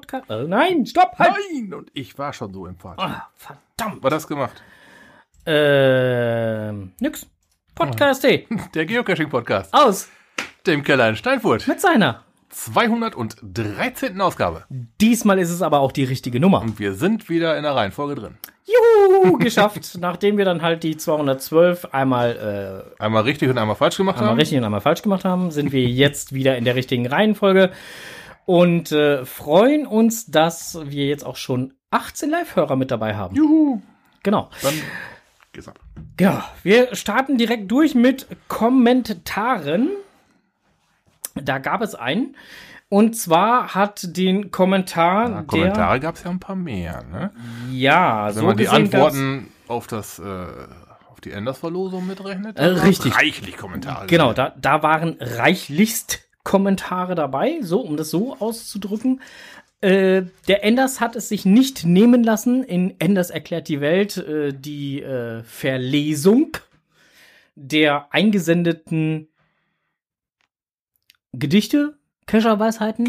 Podcast. Nein, stopp, halt! Nein, und ich war schon so im Fahrt. Verdammt. Was hast du gemacht? Nix. Podcast Der Geocaching-Podcast. aus Dem Keller in Steinfurt. mit seiner. 213. Ausgabe. Diesmal ist es aber auch die richtige Nummer. Und wir sind wieder in der Reihenfolge drin. Juhu, geschafft. Nachdem wir dann halt die 212 einmal Einmal richtig und einmal falsch gemacht haben. richtig und einmal falsch gemacht haben, sind wir jetzt wieder in der richtigen Reihenfolge und freuen uns, dass wir jetzt auch schon 18 Live-Hörer mit dabei haben. Juhu. Genau. Dann geht's ab. Ja, wir starten direkt durch mit Kommentaren. Da gab es einen. Und zwar hat den Kommentar Ja, Kommentare gab es ja ein paar mehr, ne? Ja, Wenn so man die gesehen Antworten auf die Enders-Verlosung mitrechnet. richtig. Reichlich Kommentare. Genau, da waren reichlichst Kommentare dabei, so um das so auszudrücken. Der Enders hat es sich nicht nehmen lassen, in Enders erklärt die Welt die Verlesung der eingesendeten Gedichte, Kescherweisheiten,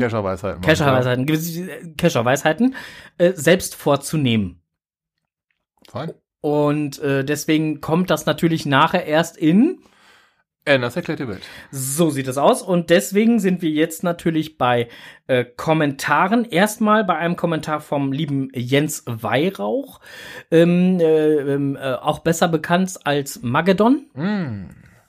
selbst vorzunehmen. Fein. Und deswegen kommt das natürlich nachher erst in. Enders erklärt die Welt. So sieht es aus. Und deswegen sind wir jetzt natürlich bei Kommentaren. Erstmal bei einem Kommentar vom lieben Jens Weihrauch. Auch besser bekannt als Magedon.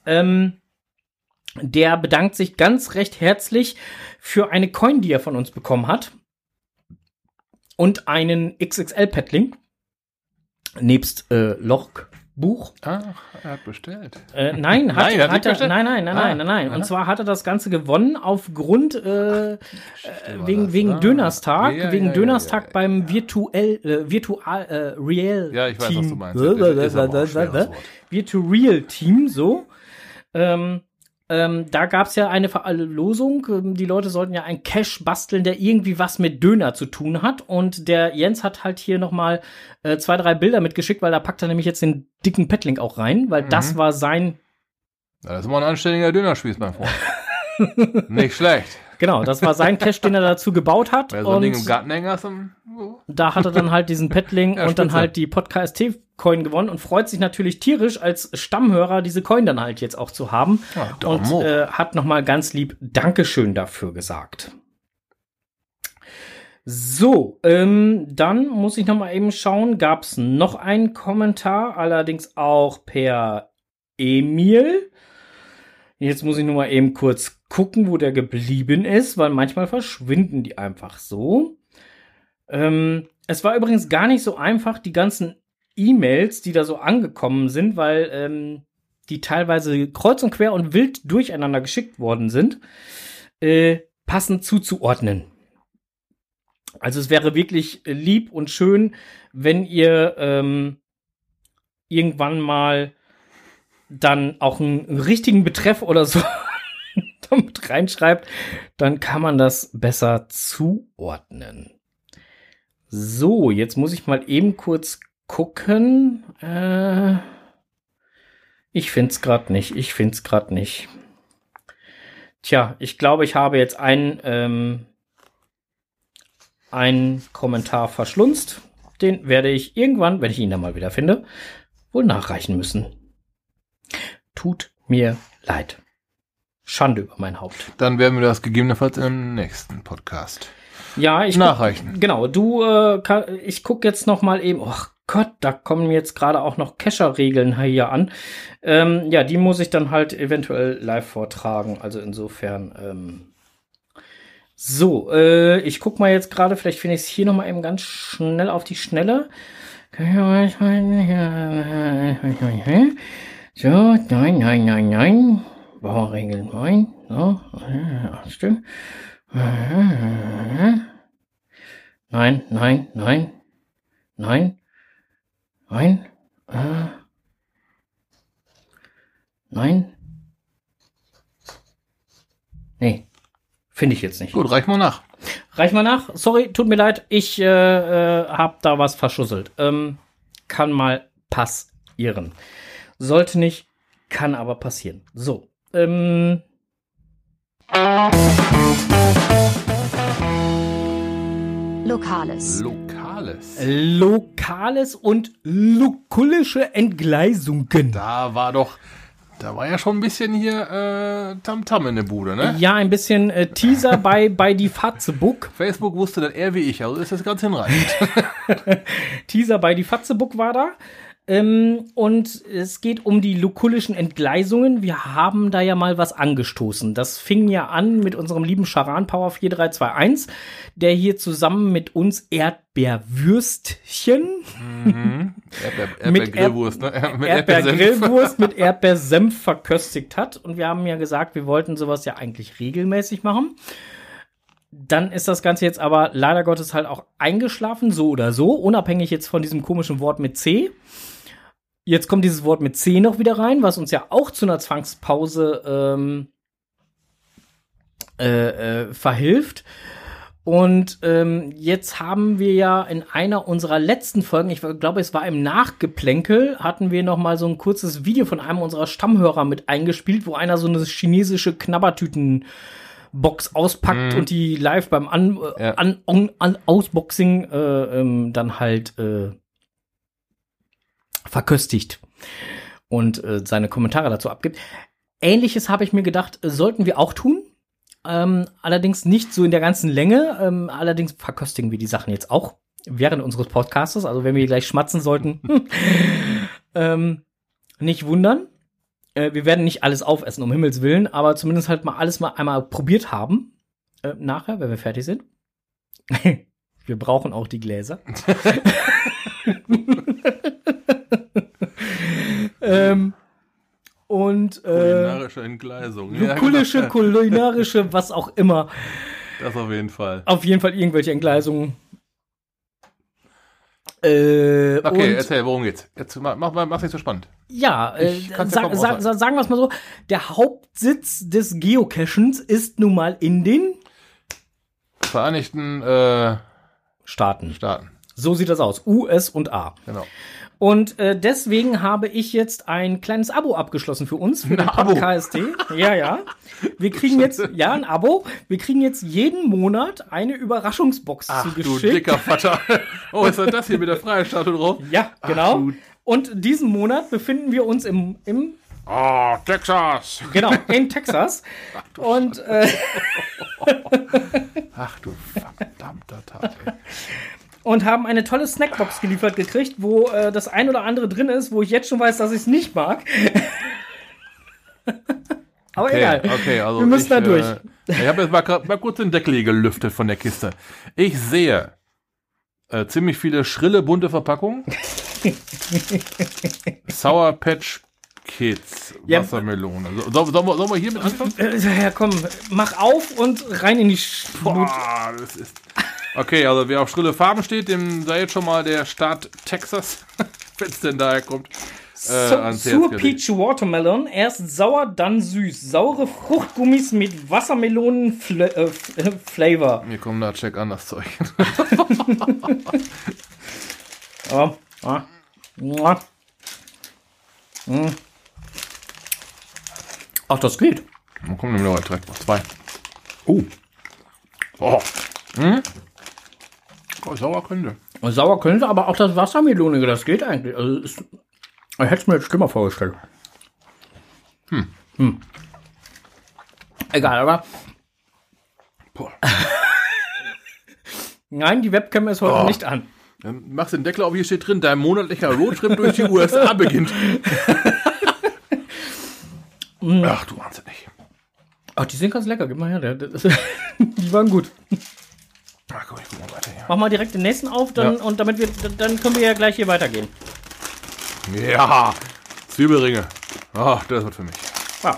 Der bedankt sich ganz recht herzlich für eine Coin, die er von uns bekommen hat. Und einen XXL-Paddling. Nebst Logbuch. Ach, er hat bestellt. Nein. Nein. Und zwar hat er das Ganze gewonnen aufgrund wegen Dönerstag. Dönerstag beim Real Ja, ich weiß, Team. was du meinst. Ist aber auch ein schweres Wort. Virtual Team, so. Da gab es ja eine Verlosung. Die Leute sollten ja einen Cache basteln, der irgendwie was mit Döner zu tun hat. Und der Jens hat halt hier noch mal 2, 3 Bilder mitgeschickt, weil da packt er nämlich jetzt den dicken Petling auch rein, weil das war sein. Ja, das ist mal ein anständiger Dönerspieß, mein Freund. Nicht schlecht. Genau, das war sein Cache, den er dazu gebaut hat. Wer so ein Ding im Garten hängen hast, da hat er dann halt diesen Petling Ja, und dann spitze. halt die Podcast-Coin gewonnen und freut sich natürlich tierisch als Stammhörer, diese Coin dann halt jetzt auch zu haben. Ja, Und Daumen hoch. hat nochmal ganz lieb Dankeschön dafür gesagt. So, dann muss ich nochmal eben schauen, gab es noch einen Kommentar, allerdings auch per Emil. Jetzt muss ich nur mal eben kurz gucken, wo der geblieben ist, weil manchmal verschwinden die einfach so. Es war übrigens gar nicht so einfach, die ganzen E-Mails, die da so angekommen sind, weil die teilweise kreuz und quer und wild durcheinander geschickt worden sind, passend zuzuordnen. Also es wäre wirklich lieb und schön, wenn ihr irgendwann mal dann auch einen richtigen Betreff oder so damit reinschreibt, dann kann man das besser zuordnen. So, jetzt muss ich mal eben kurz gucken. Ich find's gerade nicht. Tja, ich glaube, ich habe jetzt einen Kommentar verschlunzt. Den werde ich irgendwann, wenn ich ihn dann mal wieder finde, wohl nachreichen müssen. Tut mir leid. Schande über mein Haupt. Dann werden wir das gegebenenfalls im nächsten Podcast Ja, nachreichen. Genau, ich gucke jetzt noch mal eben. Oh Gott, da kommen jetzt gerade auch noch Cacher-Regeln hier an. Ja, die muss ich dann halt eventuell live vortragen. Also insofern. So, ich guck mal jetzt gerade. Vielleicht finde ich es hier noch mal eben ganz schnell auf die Schnelle. So, nein. Bauregeln 9. So, stimmt. Nein. Nee, finde ich jetzt nicht. Gut, reich mal nach. Reich mal nach. Sorry, tut mir leid. Ich habe da was verschusselt. Kann mal passieren. Sollte nicht, kann aber passieren. So. Lokales. Lokales und lukullische Entgleisungen. Da war ja schon ein bisschen hier Tamtam in der Bude, ne? Ja, ein bisschen Teaser bei die Fatzebuck. Facebook wusste das eher wie ich, also ist das ganz hinreichend. Teaser bei die Fatzebuck war da. Und es geht um die lukullischen Entgleisungen. Wir haben da ja mal was angestoßen. Das fing ja an mit unserem lieben Charan Power 4321, der hier zusammen mit uns Erdbeerwürstchen Erdbeergrillwurst, ne? Erdbeergrillwurst mit Erdbeersenf verköstigt hat. Und wir haben ja gesagt, wir wollten sowas ja eigentlich regelmäßig machen. Dann ist das Ganze jetzt aber leider Gottes halt auch eingeschlafen, so oder so, unabhängig jetzt von diesem komischen Wort mit C. Jetzt kommt dieses Wort mit C noch wieder rein, was uns ja auch zu einer Zwangspause verhilft. Und jetzt haben wir ja in einer unserer letzten Folgen, ich glaube, es war im Nachgeplänkel, hatten wir noch mal so ein kurzes Video von einem unserer Stammhörer mit eingespielt, wo einer so eine chinesische Knabbertüten-Box auspackt und die live beim Ausboxing dann halt verköstigt und seine Kommentare dazu abgibt. Ähnliches habe ich mir gedacht, sollten wir auch tun. Allerdings nicht so in der ganzen Länge. Allerdings verköstigen wir die Sachen jetzt auch während unseres Podcastes. Also wenn wir gleich schmatzen sollten, nicht wundern. Wir werden nicht alles aufessen, um Himmels Willen, aber zumindest halt mal alles mal einmal probiert haben. Nachher, wenn wir fertig sind. Wir brauchen auch die Gläser. Kulinarische Entgleisung. Lukullische, kulinarische, was auch immer. Das auf jeden Fall. Auf jeden Fall irgendwelche Entgleisungen. Okay, erzähl, worum geht's? Jetzt mach's nicht so spannend. Ja, sagen wir es mal so. Der Hauptsitz des Geocachens ist nun mal in den Vereinigten Staaten. Staaten. So sieht das aus. US und A. Genau. Und deswegen habe ich jetzt ein kleines Abo abgeschlossen für uns, für den Podcast. Ja. Wir kriegen jetzt, ein Abo. Wir kriegen jetzt jeden Monat eine Überraschungsbox zugeschickt. Du dicker Vater. Oh, ist das hier mit der Freiheitsstatue drauf? Ja, genau. Und diesen Monat befinden wir uns im Texas. Genau, in Texas. Ach du verdammter Tag, ey. Und haben eine tolle Snackbox geliefert gekriegt, wo das ein oder andere drin ist, wo ich jetzt schon weiß, dass ich es nicht mag. Aber okay, egal. Okay, also wir müssen da durch. Ich habe jetzt mal kurz den Deckel hier gelüftet von der Kiste. Ich sehe ziemlich viele schrille, bunte Verpackungen. Sour Patch Kids, Wassermelone. Sollen wir hier mit anfangen? Ja, komm, mach auf und rein in die Boah, das ist... Okay, also wer auf schrille Farben steht, dem sei jetzt schon mal der Staat Texas, wenn es denn daher kommt, ans Herz Sour gelegt. Peach Watermelon, erst sauer, dann süß. Saure Fruchtgummis mit Wassermelonen-Flavor. Mir kommt da check an das Zeug. Ach, das geht. Dann kommt nämlich noch direkt noch 2. Oh. Sauer könnte. Sauer könnte, aber auch das Wassermelonige, das geht eigentlich. Also ich hätte es mir jetzt schlimmer vorgestellt. Egal, aber. Boah. Nein, die Webcam ist heute nicht an. Dann machst du den Deckel auf, hier steht drin, dein monatlicher Roadtrip durch die USA beginnt. Ach du wahnsinnig. Ach, die sind ganz lecker, gib mal her. Die waren gut. Ach komm, ich guck mal weiter hier. Mach mal direkt den nächsten auf, dann, und dann können wir ja gleich hier weitergehen. Ja, Zwiebelringe. Ach, das wird für mich. Ja.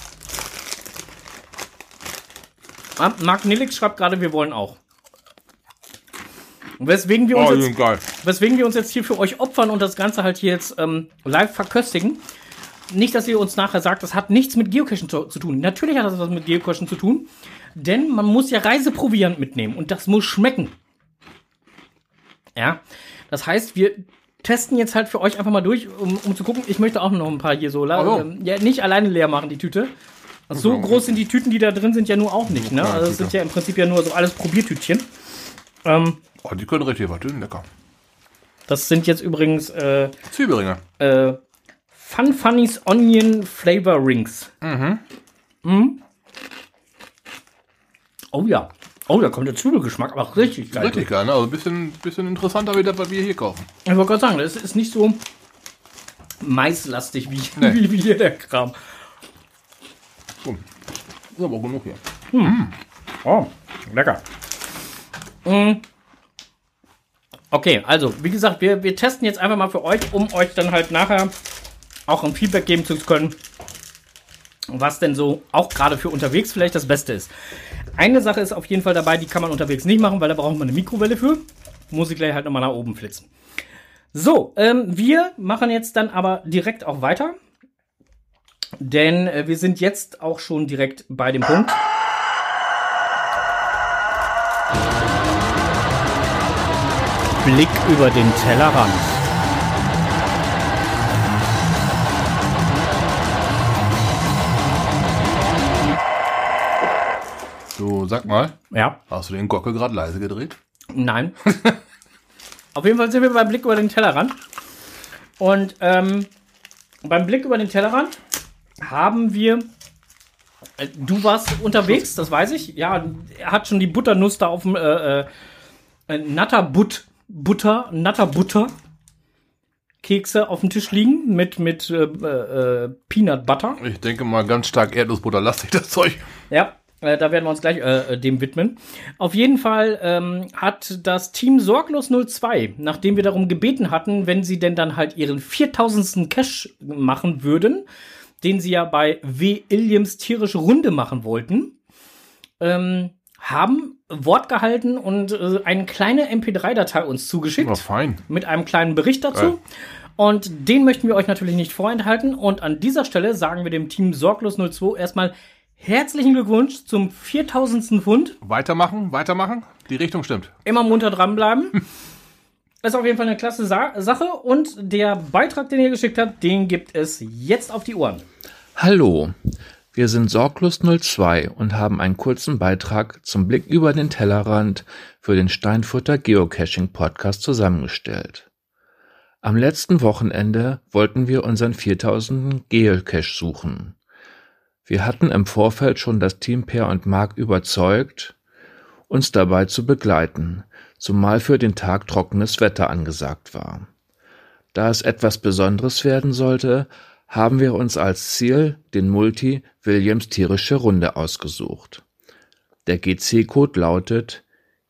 Marc Nilix schreibt gerade, wir wollen auch. Weswegen wir uns jetzt hier für euch opfern und das Ganze halt hier jetzt live verköstigen. Nicht, dass ihr uns nachher sagt, das hat nichts mit Geocachen zu tun. Natürlich hat das was mit Geocachen zu tun, denn man muss ja Reiseproviant mitnehmen und das muss schmecken. Ja, das heißt, wir testen jetzt halt für euch einfach mal durch, um zu gucken. Ich möchte auch noch ein paar hier so, ja, nicht alleine leer machen, die Tüte. Also so groß sind die Tüten, die da drin sind, ja nur auch nicht, ne? Also es sind ja im Prinzip ja nur so alles Probiertütchen. Oh, die können richtig verdünnen, lecker. Das sind jetzt übrigens Zwiebelringe. Fun Funnies Onion Flavor Rings. Oh ja. Oh, da kommt der Zwiebelgeschmack, aber richtig geil. Richtig geil, ne? Also ein bisschen interessanter wie das, was wir hier kaufen. Ich wollte gerade sagen, das ist nicht so maislastig wie hier der Kram. So. Ist aber auch genug hier. Oh, lecker. Okay, also, wie gesagt, wir testen jetzt einfach mal für euch, um euch dann halt nachher auch ein Feedback geben zu können, was denn so auch gerade für unterwegs vielleicht das Beste ist. Eine Sache ist auf jeden Fall dabei, die kann man unterwegs nicht machen, weil da braucht man eine Mikrowelle für. Muss ich gleich halt nochmal nach oben flitzen. So, wir machen jetzt dann aber direkt auch weiter. Denn wir sind jetzt auch schon direkt bei dem Punkt. Blick über den Tellerrand. So, sag mal. Ja. Hast du den Gockel gerade leise gedreht? Nein. Auf jeden Fall sind wir beim Blick über den Tellerrand. Und beim Blick über den Tellerrand haben wir... du warst unterwegs, das weiß ich. Ja, er hat schon die Butternuss da auf dem Natter Butter Kekse auf dem Tisch liegen mit Peanut Butter. Ich denke mal ganz stark Erdnussbutter-lastig, das Zeug. Ja, da werden wir uns gleich dem widmen. Auf jeden Fall hat das Team Sorglos 02, nachdem wir darum gebeten hatten, wenn sie denn dann halt ihren 4000. Cash machen würden, den sie ja bei W. Williams tierische Runde machen wollten, haben Wort gehalten und eine kleine MP3-Datei uns zugeschickt. Oh, fein. Mit einem kleinen Bericht dazu. Und den möchten wir euch natürlich nicht vorenthalten. Und an dieser Stelle sagen wir dem Team Sorglos 02 erstmal herzlichen Glückwunsch zum 4000. Pfund. Weitermachen. Die Richtung stimmt. Immer munter dranbleiben. Das ist auf jeden Fall eine klasse Sache. Und der Beitrag, den ihr geschickt habt, den gibt es jetzt auf die Ohren. Hallo, wir sind Sorglos 02 und haben einen kurzen Beitrag zum Blick über den Tellerrand für den Steinfurter Geocaching-Podcast zusammengestellt. Am letzten Wochenende wollten wir unseren 4000. Geocache suchen. Wir hatten im Vorfeld schon das Team Per und Marc überzeugt, uns dabei zu begleiten, zumal für den Tag trockenes Wetter angesagt war. Da es etwas Besonderes werden sollte, haben wir uns als Ziel den Multi Williams tierische Runde ausgesucht. Der GC-Code lautet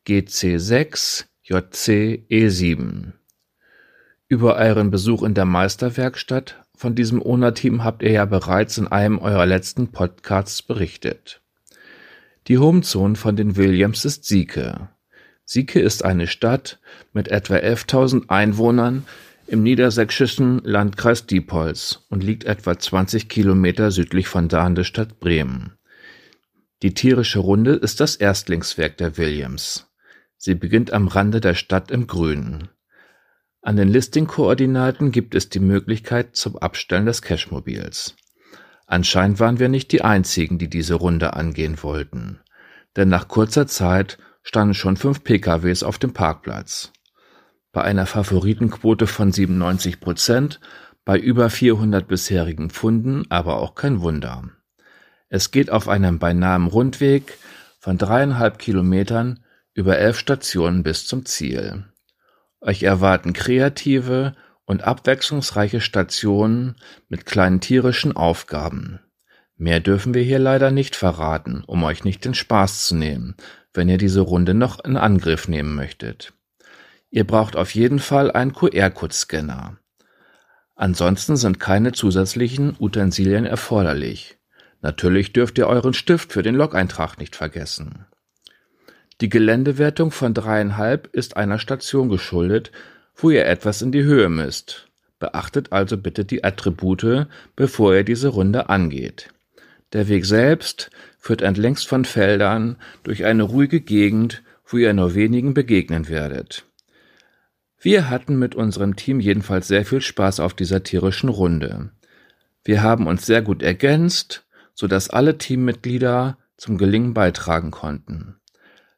GC6JCE7. Über euren Besuch in der Meisterwerkstatt von diesem ONA-Team habt ihr ja bereits in einem eurer letzten Podcasts berichtet. Die Homezone von den Williams ist Sieke. Sieke ist eine Stadt mit etwa 11.000 Einwohnern im niedersächsischen Landkreis Diepholz und liegt etwa 20 Kilometer südlich von der Hansestadt Bremen. Die tierische Runde ist das Erstlingswerk der Williams. Sie beginnt am Rande der Stadt im Grünen. An den Listing-Koordinaten gibt es die Möglichkeit zum Abstellen des Cashmobils. Anscheinend waren wir nicht die Einzigen, die diese Runde angehen wollten, denn nach kurzer Zeit standen schon 5 PKWs auf dem Parkplatz. Bei einer Favoritenquote von 97%, bei über 400 bisherigen Pfunden aber auch kein Wunder. Es geht auf einem beinahe Rundweg von 3,5 Kilometern über 11 Stationen bis zum Ziel. Euch erwarten kreative und abwechslungsreiche Stationen mit kleinen tierischen Aufgaben. Mehr dürfen wir hier leider nicht verraten, um euch nicht den Spaß zu nehmen, wenn ihr diese Runde noch in Angriff nehmen möchtet. Ihr braucht auf jeden Fall einen QR-Code-Scanner. Ansonsten sind keine zusätzlichen Utensilien erforderlich. Natürlich dürft ihr euren Stift für den Log-Eintrag nicht vergessen. Die Geländewertung von 3,5 ist einer Station geschuldet, wo ihr etwas in die Höhe misst. Beachtet also bitte die Attribute, bevor ihr diese Runde angeht. Der Weg selbst führt entlängs von Feldern durch eine ruhige Gegend, wo ihr nur wenigen begegnen werdet. Wir hatten mit unserem Team jedenfalls sehr viel Spaß auf dieser tierischen Runde. Wir haben uns sehr gut ergänzt, sodass alle Teammitglieder zum Gelingen beitragen konnten.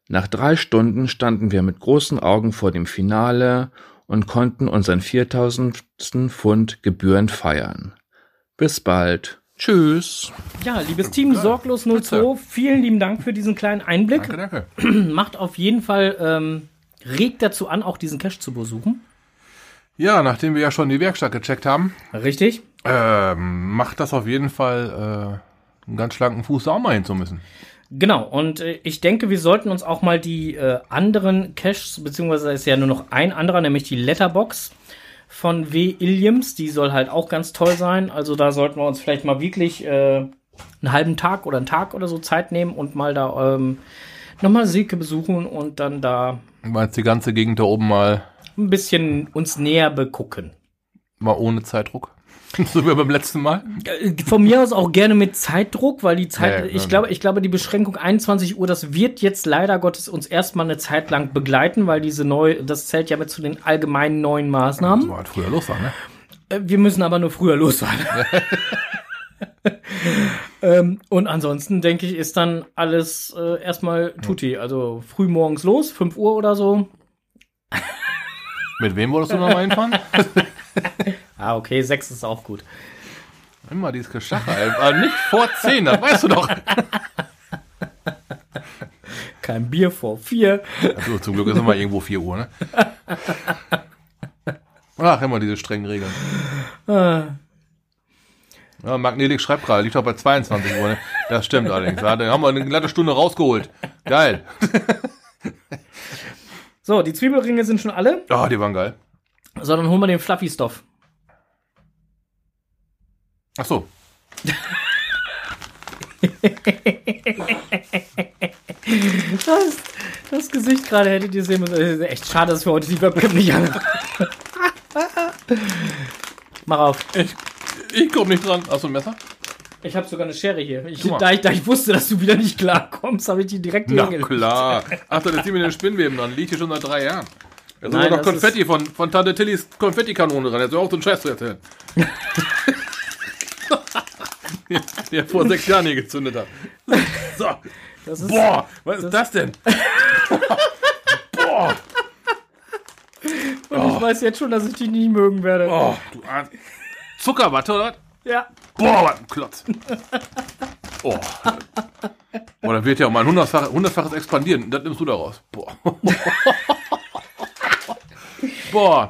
Nach 3 Stunden standen wir mit großen Augen vor dem Finale und konnten unseren 4000. Pfund gebührend feiern. Bis bald. Tschüss. Ja, liebes Team Sorglos 02, vielen lieben Dank für diesen kleinen Einblick. Danke. Macht auf jeden Fall, regt dazu an, auch diesen Cache zu besuchen. Ja, nachdem wir ja schon die Werkstatt gecheckt haben, Richtig. macht das auf jeden Fall einen ganz schlanken Fuß, da auch mal hin zu müssen. Genau, und ich denke, wir sollten uns auch mal die anderen Caches, beziehungsweise ist ja nur noch ein anderer, nämlich die Letterbox von W. Illiams, die soll halt auch ganz toll sein. Also da sollten wir uns vielleicht mal wirklich einen halben Tag oder einen Tag oder so Zeit nehmen und mal da nochmal Silke besuchen und dann da Du meinst die ganze Gegend da oben mal ein bisschen uns näher begucken. ohne Zeitdruck? So wie beim letzten Mal? Von mir aus auch gerne mit Zeitdruck, weil die Zeit, Ja, ich glaube, die Beschränkung 21 Uhr, das wird jetzt leider Gottes uns erstmal eine Zeit lang begleiten, weil das zählt ja mit zu den allgemeinen neuen Das Maßnahmen. war halt früher los sein, ne? Wir müssen aber nur früher los sein. Und ansonsten, denke ich, ist dann alles erstmal tutti. Also früh morgens los, 5 Uhr oder so. Mit wem wolltest du nochmal hinfahren? Ah, okay, 6 ist auch gut. Immer dieses Geschacher, aber nicht vor 10, das weißt du doch. Kein Bier vor 4. Also, zum Glück ist immer irgendwo 4 Uhr, ne? Ach, immer diese strengen Regeln. Ja, Magnelik schreibt gerade, liegt doch bei 22 Uhr, ne? Das stimmt allerdings. Ja, dann haben wir eine glatte Stunde rausgeholt. Geil. So, die Zwiebelringe sind schon alle. Oh, die waren geil. So, dann holen wir den Fluffy-Stoff. Ach so. Das Gesicht gerade hättet ihr sehen müssen. Echt schade, dass wir heute die Webcam nicht haben. Mach auf. Ich komm nicht dran. Hast du ein Messer? Ich habe sogar eine Schere hier. Guck mal. Da ich wusste, dass du wieder nicht klarkommst, habe ich die direkt Na hingelegt. klar. Ach, da ist die mit den Spinnweben dran. Liegt hier schon seit 3 Jahren. Da ist Nein, sogar noch das Konfetti von Tante Tillys Konfettikanone dran. Jetzt soll auch so einen Scheiß zu erzählen. Die er vor 6 Jahren hier gezündet hat. So. Das ist, Boah, was ist das denn? Boah. und ich weiß jetzt schon, dass ich die nicht mögen werde. Oh, du Arsch. Zuckerwatte, oder? Ja. Boah, was ein Klotz. Oh. Boah, da wird ja um ein 100-faches expandieren. Das nimmst du da raus. Boah. Boah.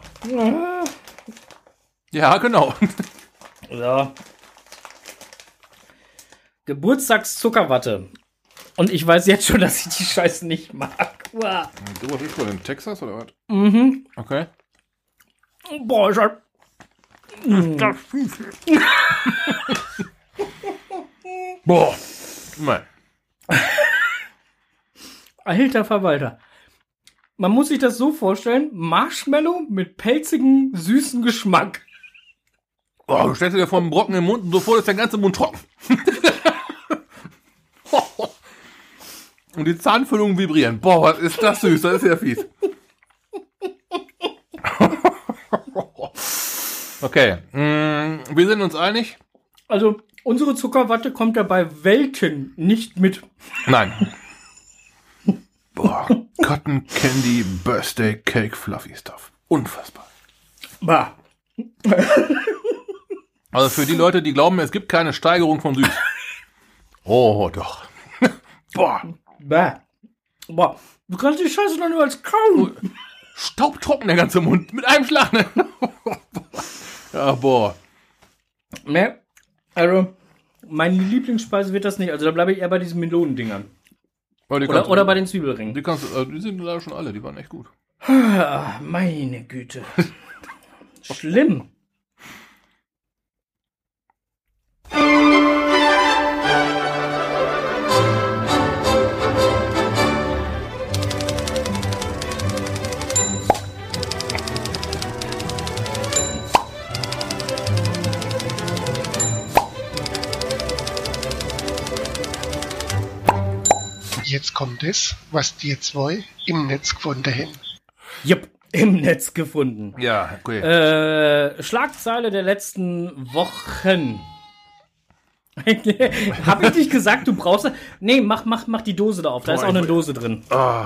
Ja, genau. So. Geburtstagszuckerwatte. Und ich weiß jetzt schon, dass ich die Scheiße nicht mag. Uah. Du, was ist in Texas oder was? Mhm. Okay. Boah, ist das fies. Boah. Nein. Alter Verwalter. Man muss sich das so vorstellen, Marshmallow mit pelzigem, süßen Geschmack. Boah, du stellst dir vor einen Brocken im Mund und sofort ist der ganze Mund trocken. Und die Zahnfüllungen vibrieren. Boah, was ist das süß, das ist ja fies. Okay, wir sind uns einig? Also, unsere Zuckerwatte kommt ja bei Welten nicht mit. Nein. Boah, Cotton Candy Birthday Cake Fluffy Stuff. Unfassbar. Bah. Also für die Leute, die glauben, es gibt keine Steigerung von süß. Oh, doch. Boah. Bah. Boah. Du kannst die Scheiße doch nur als kauen. Staubtrocken der ganze Mund. Mit einem Schlag. Ne? Ja, boah. Ne, also, meine Lieblingsspeise wird das nicht. Also, da bleibe ich eher bei diesen Melonendingern. Aber die Oder bei den Zwiebelringen. die sind leider schon alle, die waren echt gut. Ah, meine Güte. Schlimm. Jetzt kommt es, was die zwei im Netz gefunden haben. Jupp, im Netz gefunden. Ja, okay. Schlagzeile der letzten Wochen. Hab ich nicht gesagt, du brauchst... Nee, mach die Dose da auf. Da ist auch eine Dose drin.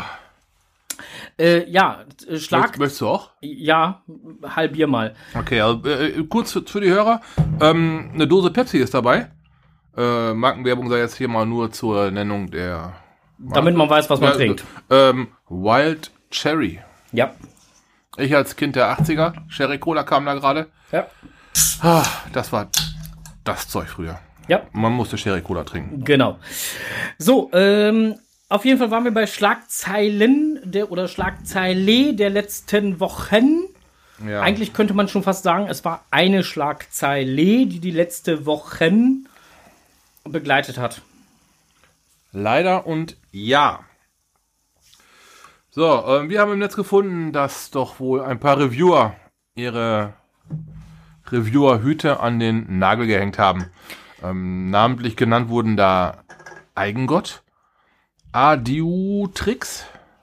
Ja, Schlag... Möchtest du auch? Ja, halbier mal. Okay, also kurz für die Hörer. Eine Dose Pepsi ist dabei. Markenwerbung sei jetzt hier mal nur zur Nennung der... Damit man weiß, was man trinkt. Wild Cherry. Ja. Ich als Kind der 80er, Cherry Cola kam da gerade. Ja. Das war das Zeug früher. Ja. Man musste Cherry Cola trinken. Genau. So, auf jeden Fall waren wir bei Schlagzeilen Schlagzeile der letzten Wochen. Ja. Eigentlich könnte man schon fast sagen, es war eine Schlagzeile, die letzte Wochen begleitet hat. Leider und ja. So, wir haben im Netz gefunden, dass doch wohl ein paar Reviewer ihre Reviewer-Hüte an den Nagel gehängt haben. Namentlich genannt wurden da Eigengott, Adiutrix,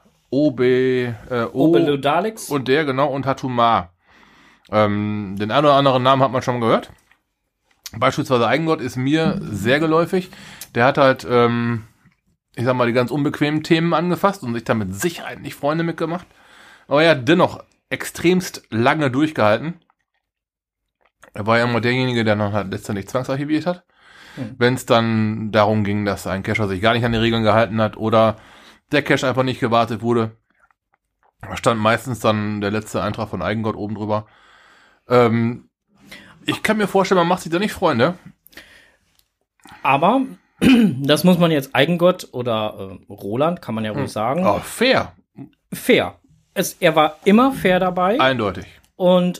Obelodalix und der, genau, und Hatumar. Den einen oder anderen Namen hat man schon gehört. Beispielsweise Eigengott ist mir sehr geläufig. Der hat halt, ich sag mal, die ganz unbequemen Themen angefasst und sich da mit Sicherheit nicht Freunde mitgemacht. Aber er hat dennoch extremst lange durchgehalten. Er war ja immer derjenige, der dann halt letztendlich zwangsarchiviert hat. Wenn es dann darum ging, dass ein Cacher sich gar nicht an die Regeln gehalten hat oder der Cache einfach nicht gewartet wurde. Da stand meistens dann der letzte Eintrag von Eigengott oben drüber. Ich kann mir vorstellen, man macht sich da nicht Freunde. Aber das muss man jetzt Eigengott oder Roland, kann man ja ruhig sagen. Oh, fair. Fair. Er war immer fair dabei. Eindeutig. Und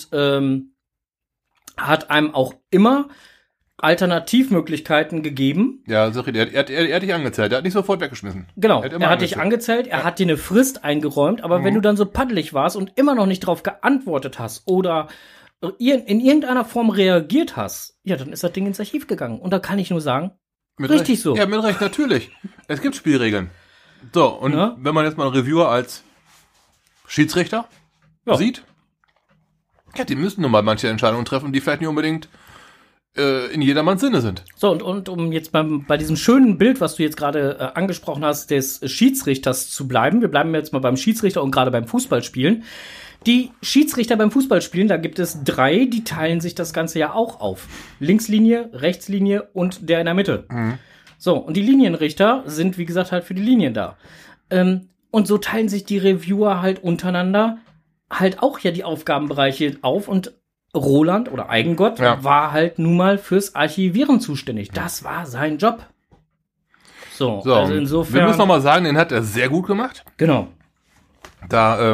hat einem auch immer Alternativmöglichkeiten gegeben. Ja, er hat dich angezählt. Er hat nicht sofort weggeschmissen. Genau, er hat dich angezählt, er hat dir eine Frist eingeräumt, aber wenn du dann so paddelig warst und immer noch nicht drauf geantwortet hast oder in irgendeiner Form reagiert hast, ja, dann ist das Ding ins Archiv gegangen. Und da kann ich nur sagen, richtig Recht. so. Ja, mit Recht, natürlich. Es gibt Spielregeln. So, und wenn man jetzt mal einen Reviewer als Schiedsrichter sieht, ja, die müssen nun mal manche Entscheidungen treffen, die vielleicht nicht unbedingt in jedermanns Sinne sind. So, und um jetzt bei diesem schönen Bild, was du jetzt gerade angesprochen hast, des Schiedsrichters zu bleiben, wir bleiben jetzt mal beim Schiedsrichter und gerade beim Fußballspielen. Die Schiedsrichter beim Fußballspielen, da gibt es 3, die teilen sich das Ganze ja auch auf. Linkslinie, Rechtslinie und der in der Mitte. So, und die Linienrichter sind, wie gesagt, halt für die Linien da. Und so teilen sich die Reviewer halt untereinander halt auch ja die Aufgabenbereiche auf und Roland oder Eigengott war halt nun mal fürs Archivieren zuständig. Das war sein Job. So, also insofern... Wir müssen nochmal sagen, den hat er sehr gut gemacht. Genau. Da,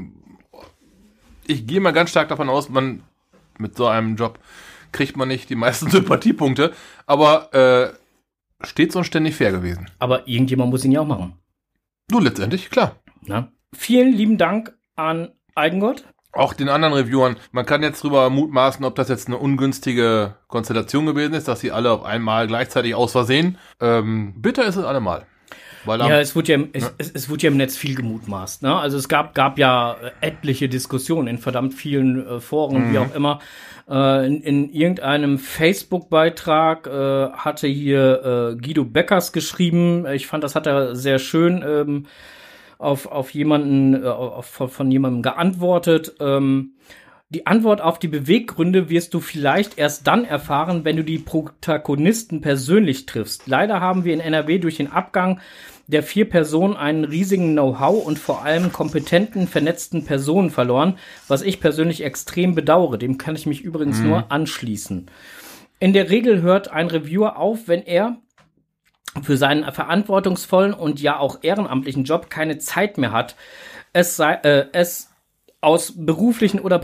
ich gehe mal ganz stark davon aus, mit so einem Job kriegt man nicht die meisten Sympathiepunkte, aber stets und ständig fair gewesen. Aber irgendjemand muss ihn ja auch machen. Du letztendlich, klar. Na? Vielen lieben Dank an Eigengott. Auch den anderen Reviewern. Man kann jetzt drüber mutmaßen, ob das jetzt eine ungünstige Konstellation gewesen ist, dass sie alle auf einmal gleichzeitig aus Versehen. Bitter ist es allemal. Ja, es wurde ja im Netz viel gemutmaßt. Ne? Also es gab ja etliche Diskussionen in verdammt vielen Foren, wie auch immer. In irgendeinem Facebook-Beitrag hatte hier Guido Beckers geschrieben. Ich fand, das hat er sehr schön auf jemanden, von jemandem geantwortet. Die Antwort auf die Beweggründe wirst du vielleicht erst dann erfahren, wenn du die Protagonisten persönlich triffst. Leider haben wir in NRW durch den Abgang der 4 Personen einen riesigen Know-how und vor allem kompetenten, vernetzten Personen verloren, was ich persönlich extrem bedauere. Dem kann ich mich übrigens nur anschließen. In der Regel hört ein Reviewer auf, wenn er für seinen verantwortungsvollen und ja auch ehrenamtlichen Job keine Zeit mehr hat. Sei es aus beruflichen oder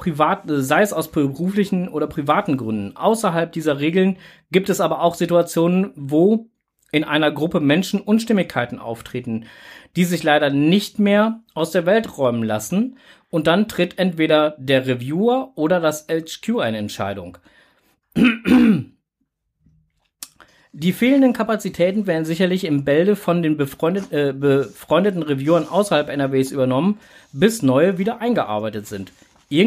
privaten Gründen. Außerhalb dieser Regeln gibt es aber auch Situationen, wo in einer Gruppe Menschen Unstimmigkeiten auftreten, die sich leider nicht mehr aus der Welt räumen lassen, und dann tritt entweder der Reviewer oder das HQ eine Entscheidung. Die fehlenden Kapazitäten werden sicherlich im Bälde von den befreundeten Reviewern außerhalb NRWs übernommen, bis neue wieder eingearbeitet sind.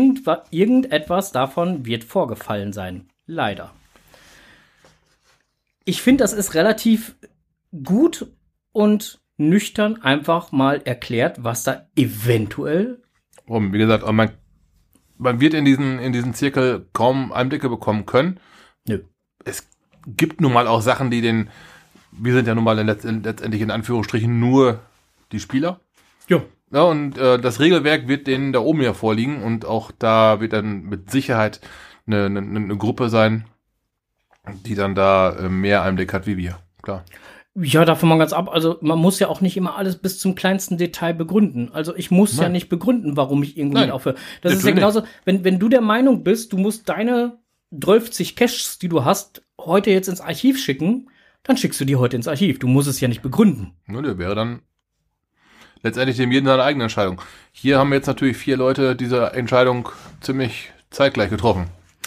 Irgendetwas davon wird vorgefallen sein. Leider. ich finde, das ist relativ gut und nüchtern einfach mal erklärt, was da eventuell. Wie gesagt, man wird in diesen Zirkel kaum Einblicke bekommen können. Nö. Es gibt nun mal auch Sachen, wir sind ja nun mal letztendlich in Anführungsstrichen nur die Spieler. Ja. Ja, und das Regelwerk wird denen da oben ja vorliegen und auch da wird dann mit Sicherheit eine Gruppe sein, die dann da mehr Einblick hat wie wir. Klar. Ja, davon mal ganz ab. Also man muss ja auch nicht immer alles bis zum kleinsten Detail begründen. Also ich muss ja nicht begründen, warum ich irgendwo mit aufhöre. Das ist ja genauso, wenn du der Meinung bist, du musst deine 12 Caches, die du hast, heute jetzt ins Archiv schicken, dann schickst du die heute ins Archiv. Du musst es ja nicht begründen. Ja, der wäre dann letztendlich dem jeden seine eigene Entscheidung. Hier haben jetzt natürlich 4 Leute diese Entscheidung ziemlich zeitgleich getroffen.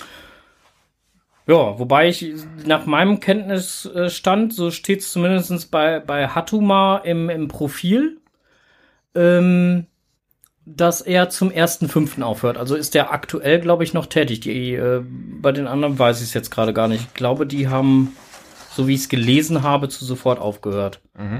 Ja, wobei ich nach meinem Kenntnisstand, so steht es zumindest bei Hatuma im Profil, dass er zum 1.5. aufhört. Also ist der aktuell, glaube ich, noch tätig. Bei den anderen weiß ich es jetzt gerade gar nicht. Ich glaube, die haben, so wie ich es gelesen habe, zu sofort aufgehört. Mhm.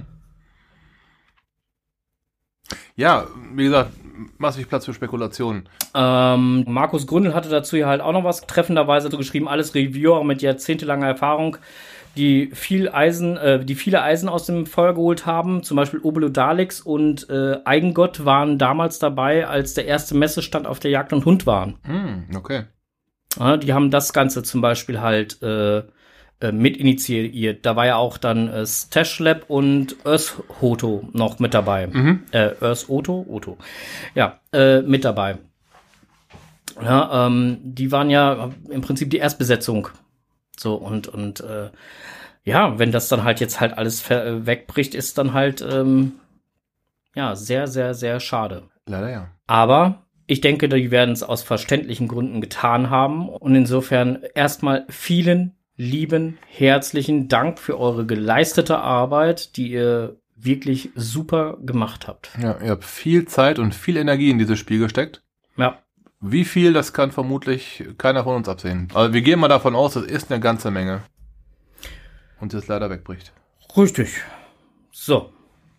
Ja, wie gesagt, massig Platz für Spekulationen. Markus Gründel hatte dazu ja halt auch noch was treffenderweise so geschrieben, alles Reviewer mit jahrzehntelanger Erfahrung, die viele Eisen aus dem Feuer geholt haben. Zum Beispiel Obelo Daleks und Eigengott waren damals dabei, als der erste Messestand auf der Jagd und Hund waren. Okay. Ja, die haben das Ganze zum Beispiel halt mit initiiert. Da war ja auch dann Stash Lab und Earth Hoto noch mit dabei. Earth Otto? Ja, mit dabei. Ja, die waren ja im Prinzip die Erstbesetzung. So, und ja, wenn das dann halt jetzt halt alles wegbricht, ist dann halt ja, sehr, sehr, sehr schade. Leider ja. Aber ich denke, die werden es aus verständlichen Gründen getan haben. Und insofern erstmal vielen lieben, herzlichen Dank für eure geleistete Arbeit, die ihr wirklich super gemacht habt. Ja, ihr habt viel Zeit und viel Energie in dieses Spiel gesteckt. Ja. Wie viel, das kann vermutlich keiner von uns absehen. Also wir gehen mal davon aus, das ist eine ganze Menge. Und es leider wegbricht. Richtig. So.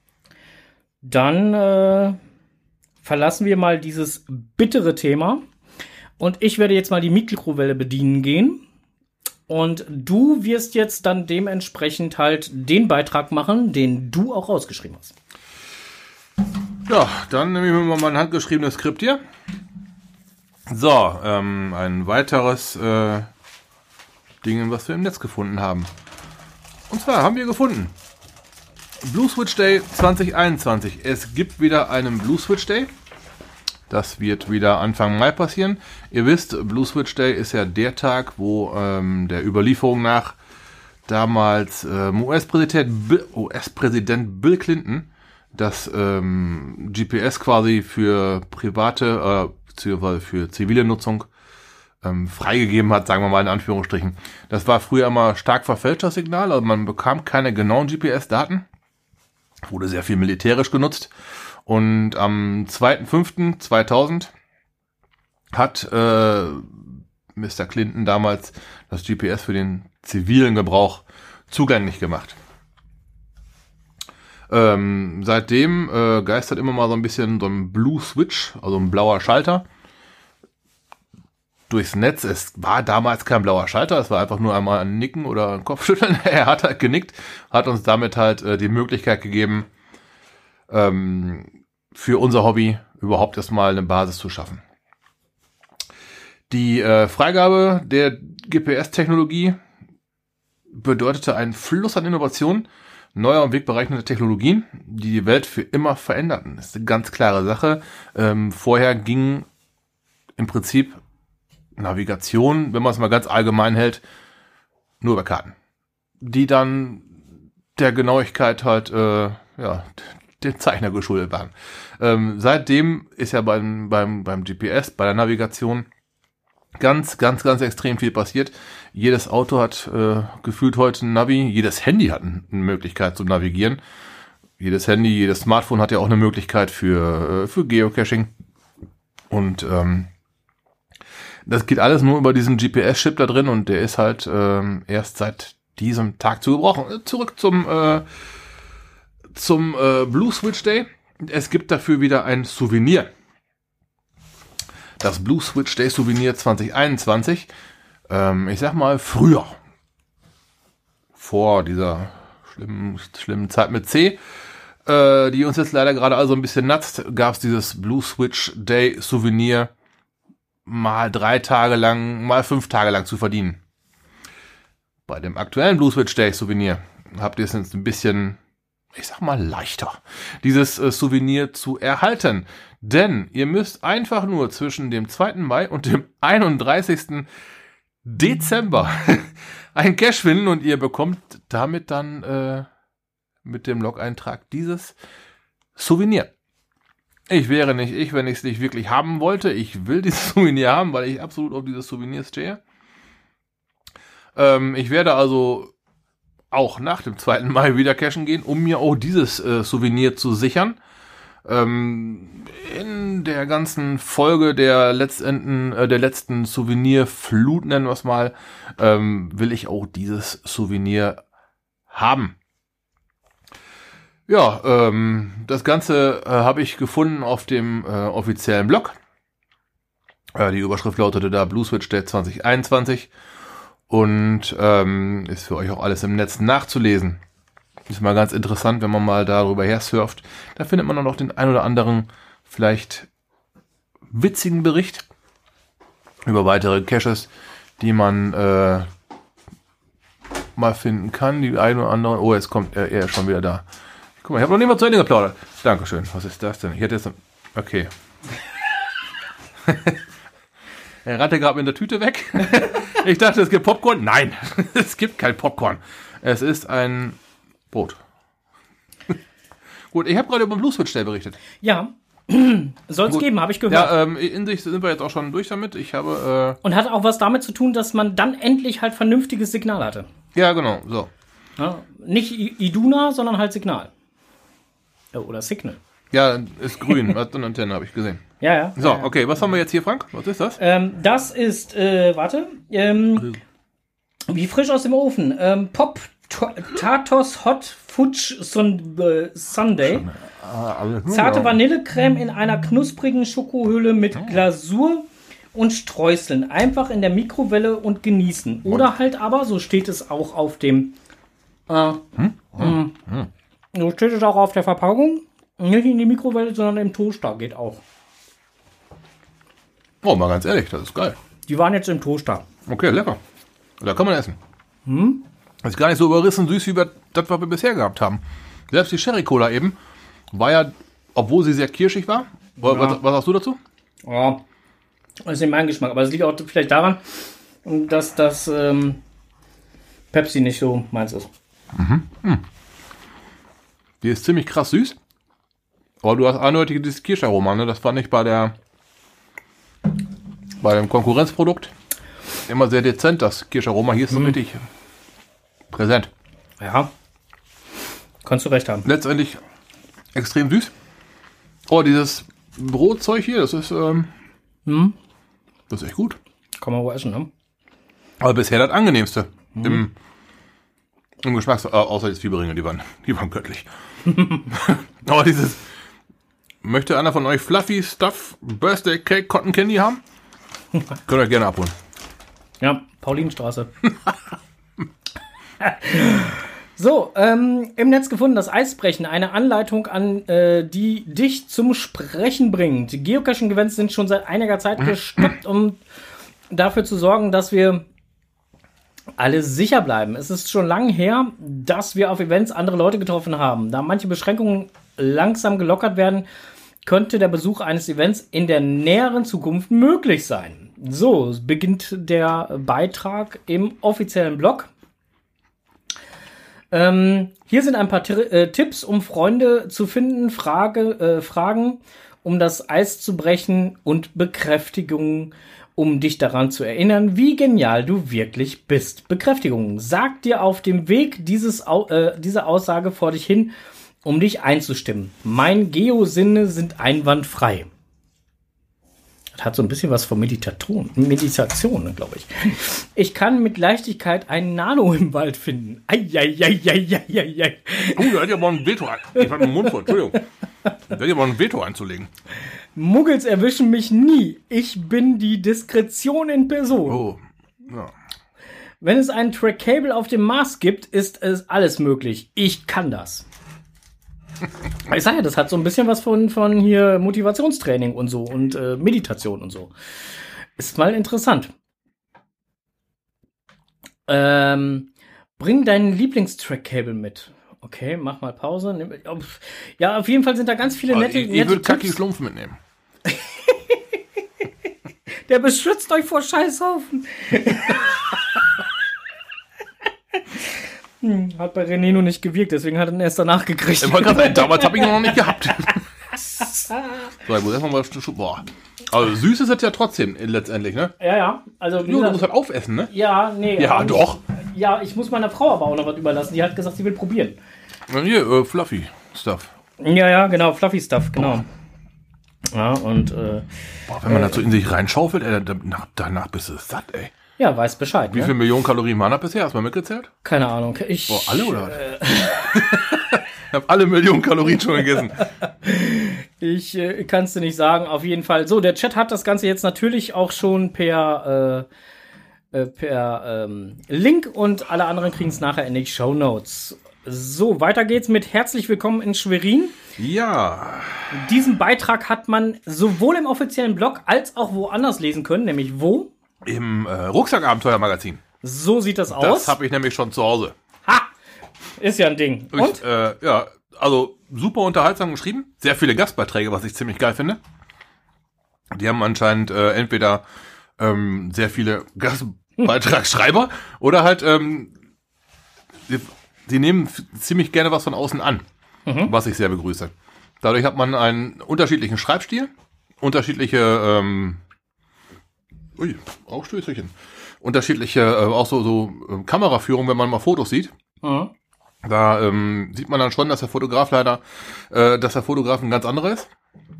Dann verlassen wir mal dieses bittere Thema. Und ich werde jetzt mal die Mikrowelle bedienen gehen. Und du wirst jetzt dann dementsprechend halt den Beitrag machen, den du auch rausgeschrieben hast. Ja, dann nehme ich mir mal mein handgeschriebenes Skript hier. So, ein weiteres Ding, was wir im Netz gefunden haben. Und zwar haben wir gefunden Blue Switch Day 2021. Es gibt wieder einen Blue Switch Day. Das wird wieder Anfang Mai passieren. Ihr wisst, Blue Switch Day ist ja der Tag, wo der Überlieferung nach damals US-Präsident Bill Clinton das GPS quasi für private beziehungsweise für zivile Nutzung freigegeben hat, sagen wir mal in Anführungsstrichen. Das war früher immer stark verfälschtes Signal, also man bekam keine genauen GPS-Daten. Wurde sehr viel militärisch genutzt. Und am 2.5.2000 hat Mr. Clinton damals das GPS für den zivilen Gebrauch zugänglich gemacht. Seitdem geistert immer mal so ein bisschen so ein Blue Switch, also ein blauer Schalter, durchs Netz. Es war damals kein blauer Schalter, es war einfach nur einmal ein Nicken oder ein Kopfschütteln. Er hat halt genickt, hat uns damit halt die Möglichkeit gegeben, für unser Hobby überhaupt erstmal eine Basis zu schaffen. Die Freigabe der GPS-Technologie bedeutete einen Fluss an Innovationen, neuer und wegberechnender Technologien, die die Welt für immer veränderten. Das ist eine ganz klare Sache. Vorher ging im Prinzip Navigation, wenn man es mal ganz allgemein hält, nur über Karten, die dann der Genauigkeit halt dem Zeichner geschuldet waren. Seitdem ist ja beim GPS, bei der Navigation ganz extrem viel passiert. Jedes Auto hat gefühlt heute ein Navi, jedes Handy hat eine Möglichkeit zu navigieren. Jedes Handy, jedes Smartphone hat ja auch eine Möglichkeit für Geocaching. Und das geht alles nur über diesen GPS-Chip da drin und der ist halt erst seit diesem Tag zu gebrauchen. Zurück zum Blue Switch Day. Es gibt dafür wieder ein Souvenir. Das Blue Switch Day Souvenir 2021. Ich sag mal früher. Vor dieser schlimmen Zeit mit C, die uns jetzt leider gerade also ein bisschen natzt, gab es dieses Blue Switch Day Souvenir mal 3 Tage lang, mal 5 Tage lang zu verdienen. Bei dem aktuellen Blue Switch Day Souvenir habt ihr es jetzt ein bisschen, ich sag mal, leichter, dieses Souvenir zu erhalten. Denn ihr müsst einfach nur zwischen dem 2. Mai und dem 31. Dezember ein Cash finden und ihr bekommt damit dann mit dem Log-Eintrag dieses Souvenir. Ich wäre nicht ich, wenn ich es nicht wirklich haben wollte. Ich will dieses Souvenir haben, weil ich absolut auf dieses Souvenir stehe. Ich werde also auch nach dem 2. Mai wieder cashen gehen, um mir auch dieses Souvenir zu sichern. In der ganzen Folge der letzten Souvenirflut, nennen wir es mal, will ich auch dieses Souvenir haben. Ja, das Ganze habe ich gefunden auf dem offiziellen Blog. Die Überschrift lautete da Blue Switch Day 2021 und ist für euch auch alles im Netz nachzulesen. Ist mal ganz interessant, wenn man mal darüber her surft. Da findet man dann noch den ein oder anderen vielleicht witzigen Bericht über weitere Caches, die man mal finden kann. Die ein oder andere. Oh, jetzt kommt er schon wieder da. Guck mal, ich habe noch nicht mal zu Ende geplaudert. Dankeschön. Was ist das denn? Ich hätte jetzt... Okay. Er rannte gerade mit der Tüte weg. Ich dachte, es gibt Popcorn. Nein, es gibt kein Popcorn. Es ist ein Brot. Gut, ich habe gerade über den Blue Switch Day berichtet. Ja, soll es geben, habe ich gehört. Ja, in sich sind wir jetzt auch schon durch damit. Ich habe... Und hat auch was damit zu tun, dass man dann endlich halt vernünftiges Signal hatte. Ja, genau, so. Ja, nicht Iduna, sondern halt Signal. Oder Signal. Ja, ist grün. Hat eine Antenne, habe ich gesehen. Ja. So, okay, was haben wir jetzt hier, Frank? Was ist das? Das ist, wie frisch aus dem Ofen. Pop Tatos Hot Fudge Sundae. Zarte Vanillecreme in einer knusprigen Schokohülle mit Glasur und Streuseln. Einfach in der Mikrowelle und genießen. Oder halt aber, so steht es auch auf dem... So steht es auch auf der Verpackung. Nicht in die Mikrowelle, sondern im Toaster. Geht auch. Oh, mal ganz ehrlich, das ist geil. Die waren jetzt im Toaster. Okay, lecker. Da kann man essen. Das ist gar nicht so überrissen süß, wie wir das, was wir bisher gehabt haben. Selbst die Sherry Cola eben war ja, obwohl sie sehr kirschig war. Ja. Was sagst du dazu? Ja, das ist nicht mein Geschmack. Aber es liegt auch vielleicht daran, dass das Pepsi nicht so meins ist. Die ist ziemlich krass süß. Aber du hast eindeutig dieses Kirscharoma, ne? Das fand ich bei dem Konkurrenzprodukt immer sehr dezent, das Kirscharoma. Hier ist so richtig präsent. Ja, kannst du recht haben. Letztendlich extrem süß. Oh, dieses Brotzeug hier, das ist das ist echt gut. Kann man wohl essen, ne? Aber bisher das angenehmste im Geschmack, außer die Zwiebelringe, die waren göttlich. Aber dieses, möchte einer von euch Fluffy Stuff Birthday Cake Cotton Candy haben? Könnt ihr euch gerne abholen. Ja, Paulinenstraße. So, im Netz gefunden, das Eisbrechen, eine Anleitung an, die dich zum Sprechen bringt. Geocaching-Events sind schon seit einiger Zeit gestoppt, um dafür zu sorgen, dass wir alle sicher bleiben. Es ist schon lange her, dass wir auf Events andere Leute getroffen haben. Da manche Beschränkungen langsam gelockert werden, könnte der Besuch eines Events in der näheren Zukunft möglich sein. So beginnt der Beitrag im offiziellen Blog. Hier sind ein paar Tipps, um Freunde zu finden, Fragen, um das Eis zu brechen und Bekräftigungen, um dich daran zu erinnern, wie genial du wirklich bist. Bekräftigungen. Sag dir auf dem Weg diese Aussage vor dich hin, um dich einzustimmen. Mein Geo-Sinne sind einwandfrei. Das hat so ein bisschen was von Meditation, glaube ich. Ich kann mit Leichtigkeit einen Nano im Wald finden. Eieieiei. Da hat ja mal ein Veto. Ich hab den Mund voll, Entschuldigung. Da hat ja mal ein Veto einzulegen. Muggels erwischen mich nie. Ich bin die Diskretion in Person. Oh, ja. Wenn es einen Trackable auf dem Mars gibt, ist es alles möglich. Ich kann das. Ich sage ja, das hat so ein bisschen was von hier Motivationstraining und so und Meditation und so. Ist mal interessant. Bring deinen Lieblingstrack-Cable mit. Okay, mach mal Pause. Ja, auf jeden Fall sind da ganz viele nette Ich würde Tipps. Kaki Schlumpf mitnehmen. Der beschützt euch vor Scheißhaufen. Hat bei René nur nicht gewirkt, deswegen hat er ihn erst danach gekriegt. Damals habe ich ihn noch nicht gehabt. So, ich muss erstmal mal... Boah. Also süß ist es ja trotzdem letztendlich, ne? Ja. Also, wie Du gesagt, musst halt aufessen, ne? ja, nee. Ja, doch. Ja, ich muss meiner Frau aber auch noch was überlassen. Die hat gesagt, sie will probieren. Hier, Fluffy Stuff. Ja, genau, Fluffy Stuff, genau. Ja, und Boah, wenn man das so in sich reinschaufelt, danach bist du satt, ey. ja, weiß Bescheid. Wie viele Millionen Kalorien waren das bisher? Hast du mal mitgezählt? Keine Ahnung. Boah, alle oder? Ich habe alle Millionen Kalorien schon gegessen. Ich kann es dir nicht sagen, auf jeden Fall. So, der Chat hat das Ganze jetzt natürlich auch schon per Link und alle anderen kriegen es nachher in die Shownotes. So, weiter geht's mit Herzlich Willkommen in Schwerin. Ja. Diesen Beitrag hat man sowohl im offiziellen Blog als auch woanders lesen können, nämlich wo? Im Rucksackabenteuer-Magazin. So sieht das aus. Das habe ich nämlich schon zu Hause. Ha! Ist ja ein Ding. Und? Ja, also super unterhaltsam geschrieben. Sehr viele Gastbeiträge, was ich ziemlich geil finde. Die haben anscheinend entweder sehr viele Gastbeitragsschreiber oder halt sie nehmen ziemlich gerne was von außen an, was ich sehr begrüße. Dadurch hat man einen unterschiedlichen Schreibstil, unterschiedliche Aufstößchen, unterschiedliche auch so Kameraführung, wenn man mal Fotos sieht. Mhm. Da sieht man dann schon, dass der Fotograf ein ganz anderer ist.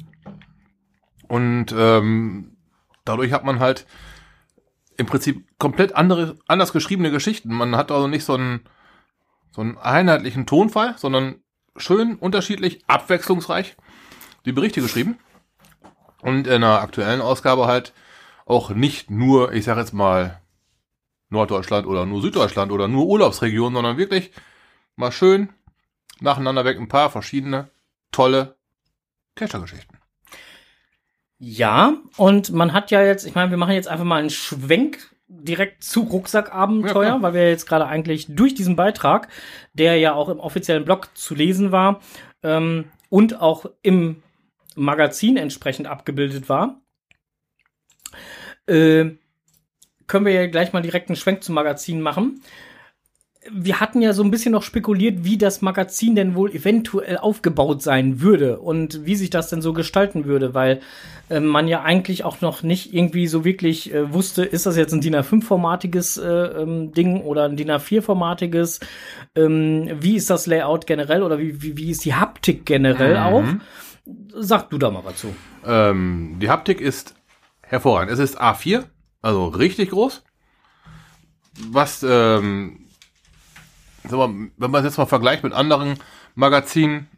Und dadurch hat man halt im Prinzip komplett anders geschriebene Geschichten. Man hat also nicht so einen einheitlichen Tonfall, sondern schön unterschiedlich, abwechslungsreich die Berichte geschrieben. Und in der aktuellen Ausgabe halt auch nicht nur, ich sag jetzt mal, Norddeutschland oder nur Süddeutschland oder nur Urlaubsregionen, sondern wirklich mal schön nacheinander weg ein paar verschiedene, tolle Kescher-Geschichten. Ja, und man hat ja jetzt, ich meine, wir machen jetzt einfach mal einen Schwenk direkt zu Rucksackabenteuer, Ja, weil wir jetzt gerade eigentlich durch diesen Beitrag, der ja auch im offiziellen Blog zu lesen war und auch im Magazin entsprechend abgebildet war, können wir ja gleich mal direkt einen Schwenk zum Magazin machen. Wir hatten ja so ein bisschen noch spekuliert, wie das Magazin denn wohl eventuell aufgebaut sein würde und wie sich das denn so gestalten würde, weil man ja eigentlich auch noch nicht irgendwie so wirklich wusste, ist das jetzt ein DIN A5-formatiges Ding oder ein DIN A4-formatiges? Wie ist das Layout generell oder wie ist die Haptik generell auch? Sag du da mal was zu. Die Haptik ist hervorragend. Es ist A4, also richtig groß. Was wenn man es jetzt mal vergleicht mit anderen Magazinen,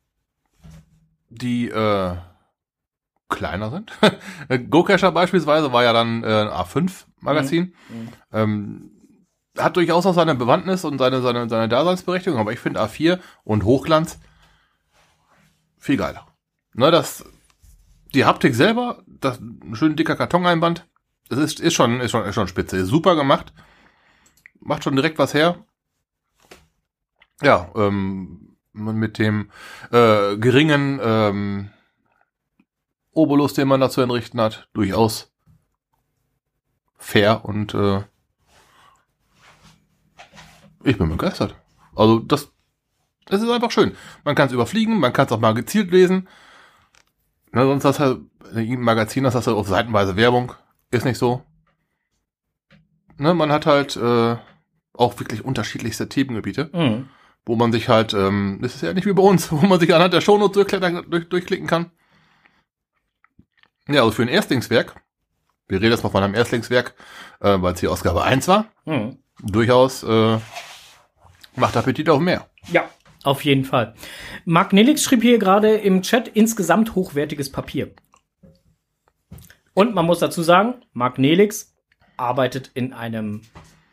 die kleiner sind. GoCacher beispielsweise war ja dann ein A5-Magazin. Hat durchaus auch seine Bewandtnis und seine Daseinsberechtigung, aber ich finde A4 und Hochglanz viel geiler. Ne, die Haptik selber, das ein schön dicker Kartoneinband, das ist schon spitze, ist super gemacht, macht schon direkt was her. Ja, mit dem geringen Obolus, den man da zu entrichten hat, durchaus fair und ich bin begeistert. Also das ist einfach schön. Man kann es überfliegen, man kann es auch mal gezielt lesen. Ne, sonst hast du in irgendeinem Magazin, das hast du auf seitenweise Werbung. Ist nicht so. Ne, man hat halt auch wirklich unterschiedlichste Themengebiete, wo man sich halt, das ist ja nicht wie bei uns, wo man sich anhand der Shownotes durchklicken kann. Ja, also für ein Erstlingswerk, wir reden jetzt mal von einem Erstlingswerk, weil es hier Ausgabe 1 war, durchaus macht Appetit auf mehr. Ja, auf jeden Fall. Marc Nelix schrieb hier gerade im Chat, insgesamt hochwertiges Papier. Und man muss dazu sagen, Marc Nelix arbeitet in einem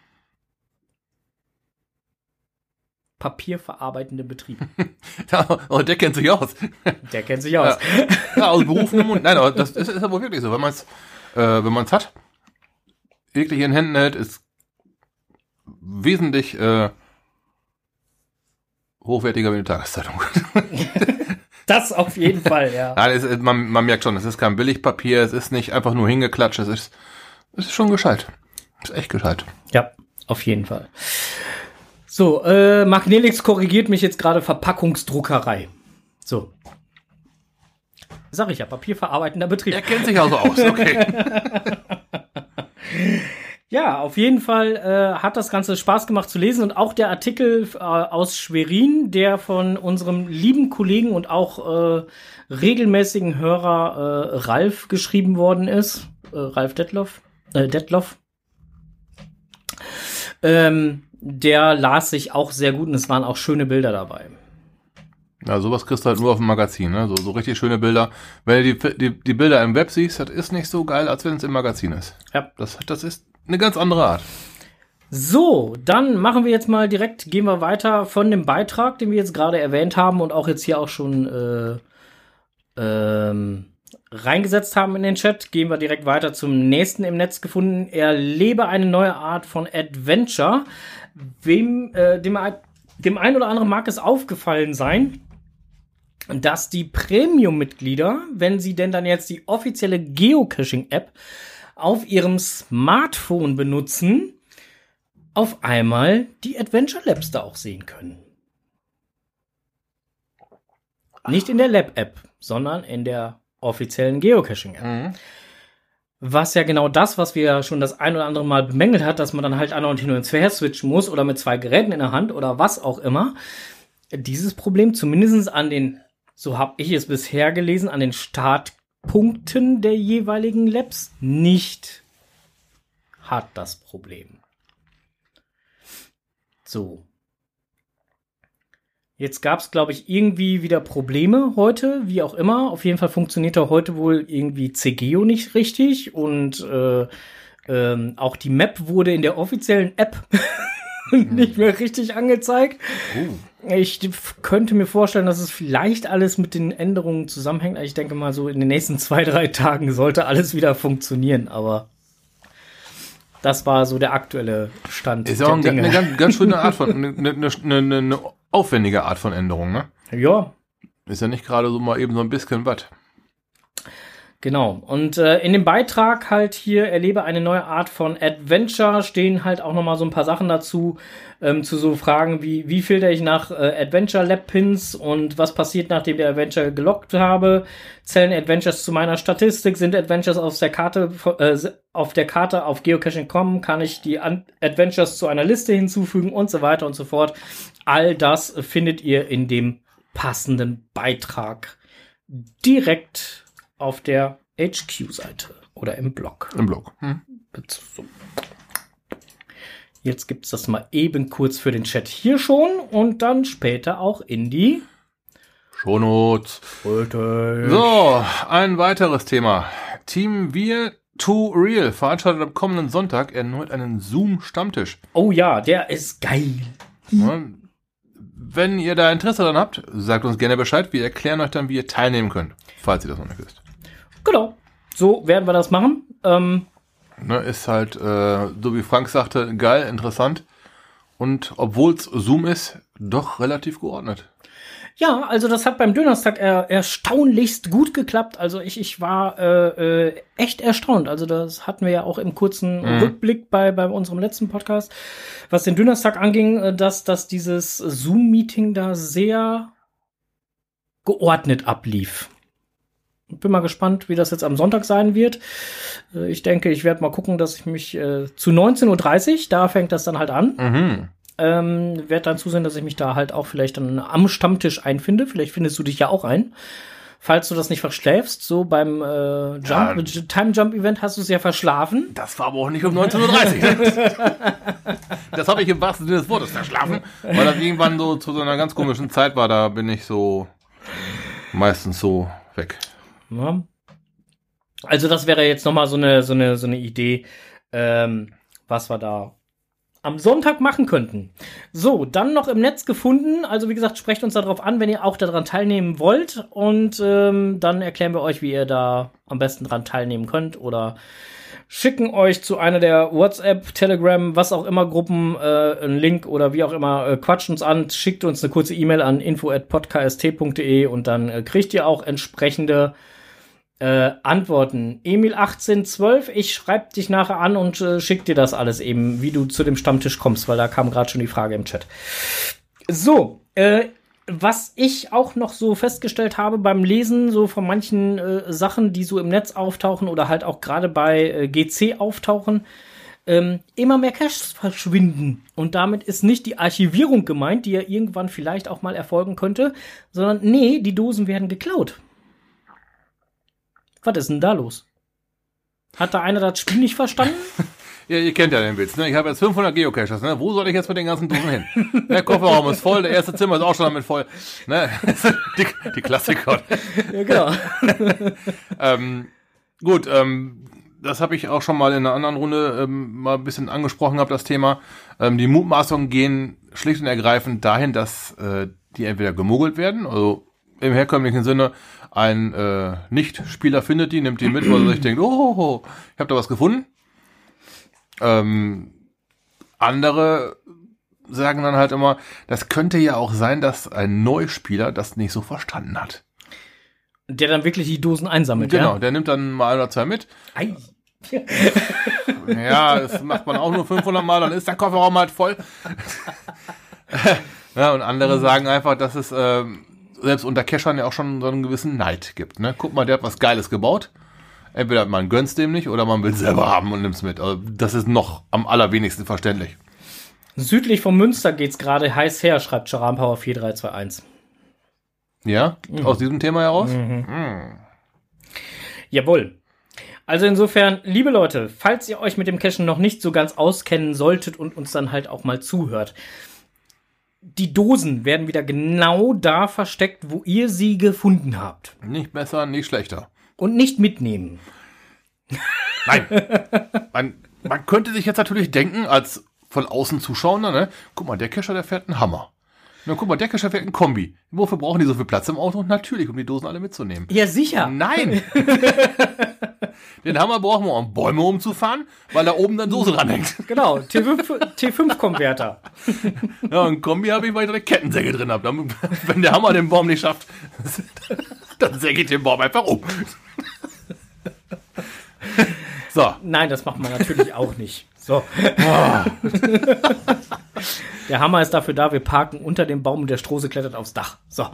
papierverarbeitenden Betrieb. Ja, aber der kennt sich aus. Der kennt sich aus. Ja, aus Berufen im Mund. Nein, aber das ist aber wirklich so. Wenn man es hat, wirklich in Händen hält, ist wesentlich hochwertiger wie eine Tageszeitung. Das auf jeden Fall, ja. Nein, man merkt schon, es ist kein Billigpapier, es ist nicht einfach nur hingeklatscht, es ist schon gescheit. Es ist echt gescheit. Ja, auf jeden Fall. So, Marc Nelix korrigiert mich jetzt gerade, Verpackungsdruckerei. So. Sag ich ja, papierverarbeitender Betrieb. Er kennt sich also aus, okay. Ja, auf jeden Fall hat das Ganze Spaß gemacht zu lesen. Und auch der Artikel aus Schwerin, der von unserem lieben Kollegen und auch regelmäßigen Hörer Ralf geschrieben worden ist. Ralf Detloff. Der las sich auch sehr gut und es waren auch schöne Bilder dabei. Ja, sowas kriegst du halt nur auf dem Magazin, ne? So richtig schöne Bilder. Wenn du die Bilder im Web siehst, das ist nicht so geil, als wenn es im Magazin ist. Ja. Das ist eine ganz andere Art. So, dann machen wir jetzt mal direkt, gehen wir weiter von dem Beitrag, den wir jetzt gerade erwähnt haben und auch jetzt hier auch schon reingesetzt haben in den Chat, gehen wir direkt weiter zum nächsten im Netz gefunden. Erlebe eine neue Art von Adventure. Dem einen oder anderen mag es aufgefallen sein, dass die Premium-Mitglieder, wenn sie denn dann jetzt die offizielle Geocaching-App auf ihrem Smartphone benutzen, auf einmal die Adventure Labs da auch sehen können. Nicht in der Lab-App, sondern in der offiziellen Geocaching-App. Mhm. Was ja genau das, was wir ja schon das ein oder andere Mal bemängelt hat, dass man dann halt an und hin und her switchen muss oder mit 2 Geräten in der Hand oder was auch immer. Dieses Problem zumindest an den, so habe ich es bisher gelesen, an den Startpunkten der jeweiligen Labs nicht hat das Problem. So. Jetzt gab es, glaube ich, irgendwie wieder Probleme heute, wie auch immer. Auf jeden Fall funktioniert da heute wohl irgendwie CGeo nicht richtig und auch die Map wurde in der offiziellen App nicht mehr richtig angezeigt. Ich könnte mir vorstellen, dass es vielleicht alles mit den Änderungen zusammenhängt. Ich denke mal, so in den nächsten 2-3 Tagen sollte alles wieder funktionieren, aber das war so der aktuelle Stand. Ist ja auch eine ganz schöne Art von, eine aufwendige Art von Änderung, ne? Ja. Ist ja nicht gerade so mal eben so ein bisschen was. Genau. Und in dem Beitrag halt hier erlebe eine neue Art von Adventure stehen halt auch nochmal so ein paar Sachen dazu, zu so Fragen wie filter ich nach Adventure Lab Pins und was passiert, nachdem der Adventure gelockt habe, zählen Adventures zu meiner Statistik, sind Adventures auf der Karte auf Geocaching.com, kann ich die Adventures zu einer Liste hinzufügen und so weiter und so fort. All das findet ihr in dem passenden Beitrag direkt auf der HQ-Seite oder im Blog. Im Blog. So. Jetzt gibt's das mal eben kurz für den Chat hier schon und dann später auch in die Shownotes. So, ein weiteres Thema. Team Wir to Real veranstaltet am kommenden Sonntag erneut einen Zoom-Stammtisch. Oh ja, der ist geil. Wenn ihr da Interesse daran habt, sagt uns gerne Bescheid. Wir erklären euch dann, wie ihr teilnehmen könnt, falls ihr das noch nicht wisst. Genau, so werden wir das machen. Ist halt, so wie Frank sagte, geil, interessant. Und obwohl es Zoom ist, doch relativ geordnet. Ja, also das hat beim Dönerstag erstaunlichst gut geklappt. Also ich war echt erstaunt. Also das hatten wir ja auch im kurzen Rückblick bei unserem letzten Podcast, was den Dönerstag anging, dass dieses Zoom-Meeting da sehr geordnet ablief. Bin mal gespannt, wie das jetzt am Sonntag sein wird. Ich denke, ich werde mal gucken, dass ich mich zu 19:30 Uhr, da fängt das dann halt an. Werde dann zusehen, dass ich mich da halt auch vielleicht dann am Stammtisch einfinde. Vielleicht findest du dich ja auch ein. falls du das nicht verschläfst, so beim Time Jump Event hast du es ja verschlafen. Das war aber auch nicht um 19:30 Uhr. Das habe ich im wahrsten Sinne des Wortes verschlafen, weil das irgendwann so zu so einer ganz komischen Zeit war. Da bin ich so meistens so weg. Ja. Also das wäre jetzt nochmal so eine Idee, was wir da am Sonntag machen könnten. So, dann noch im Netz gefunden. Also wie gesagt, sprecht uns darauf an, wenn ihr auch daran teilnehmen wollt. Und dann erklären wir euch, wie ihr da am besten dran teilnehmen könnt. Oder schicken euch zu einer der WhatsApp, Telegram, was auch immer Gruppen einen Link oder wie auch immer. Quatscht uns an, schickt uns eine kurze E-Mail an info@podkst.de und dann kriegt ihr auch entsprechende Antworten. Emil1812, ich schreib dich nachher an und schick dir das alles eben, wie du zu dem Stammtisch kommst, weil da kam gerade schon die Frage im Chat. So, was ich auch noch so festgestellt habe beim Lesen so von manchen Sachen, die so im Netz auftauchen oder halt auch gerade bei GC auftauchen, immer mehr Caches verschwinden. Und damit ist nicht die Archivierung gemeint, die ja irgendwann vielleicht auch mal erfolgen könnte, sondern nee, die Dosen werden geklaut. Was ist denn da los? Hat da einer das Spiel nicht verstanden? Ja, ihr kennt ja den Witz, ne? Ich habe jetzt 500 Geocaches, ne? Wo soll ich jetzt mit den ganzen Dosen hin? Der Kofferraum ist voll, der erste Zimmer ist auch schon damit voll. Ne? Die Klassiker. Ja, genau. Gut, das habe ich auch schon mal in einer anderen Runde mal ein bisschen angesprochen gehabt, das Thema. Die Mutmaßungen gehen schlicht und ergreifend dahin, dass die entweder gemuggelt werden, also im herkömmlichen Sinne, ein Nicht-Spieler findet die, nimmt die mit, weil er sich denkt, oh, ich habe da was gefunden. Andere sagen dann halt immer, das könnte ja auch sein, dass ein Neuspieler das nicht so verstanden hat. Der dann wirklich die Dosen einsammelt, genau, ja? Der nimmt dann mal 1 oder 2 mit. Ei. Ja, das macht man auch nur 500 Mal, dann ist der Kofferraum halt voll. Ja, und andere sagen einfach, dass es selbst unter Cachern ja auch schon so einen gewissen Neid gibt. Ne? Guck mal, der hat was Geiles gebaut. Entweder man gönnt's dem nicht oder man will es selber haben und nimmt's mit. Also das ist noch am allerwenigsten verständlich. Südlich von Münster geht's gerade heiß her, schreibt Charampower 4321. Ja, aus diesem Thema heraus? Jawohl. Also insofern, liebe Leute, falls ihr euch mit dem Cachen noch nicht so ganz auskennen solltet und uns dann halt auch mal zuhört, die Dosen werden wieder genau da versteckt, wo ihr sie gefunden habt. Nicht besser, nicht schlechter. Und nicht mitnehmen. Nein. Man könnte sich jetzt natürlich denken, als von außen Zuschauender, ne? Guck mal, der Cacher, der fährt einen Hammer. Na, guck mal, der Cacher fährt einen Kombi. Wofür brauchen die so viel Platz im Auto? Natürlich, um die Dosen alle mitzunehmen. Ja, sicher. Nein. Den Hammer brauchen wir, um Bäume umzufahren, weil da oben dann Dose ranhängt. Genau, T5-Konverter. Ja, ein Kombi habe ich, weil ich da eine Kettensäge drin habe. Wenn der Hammer den Baum nicht schafft, dann säge ich den Baum einfach um. So. Nein, das macht man natürlich auch nicht. So. Der Hammer ist dafür da, wir parken unter dem Baum und der Strose klettert aufs Dach. So.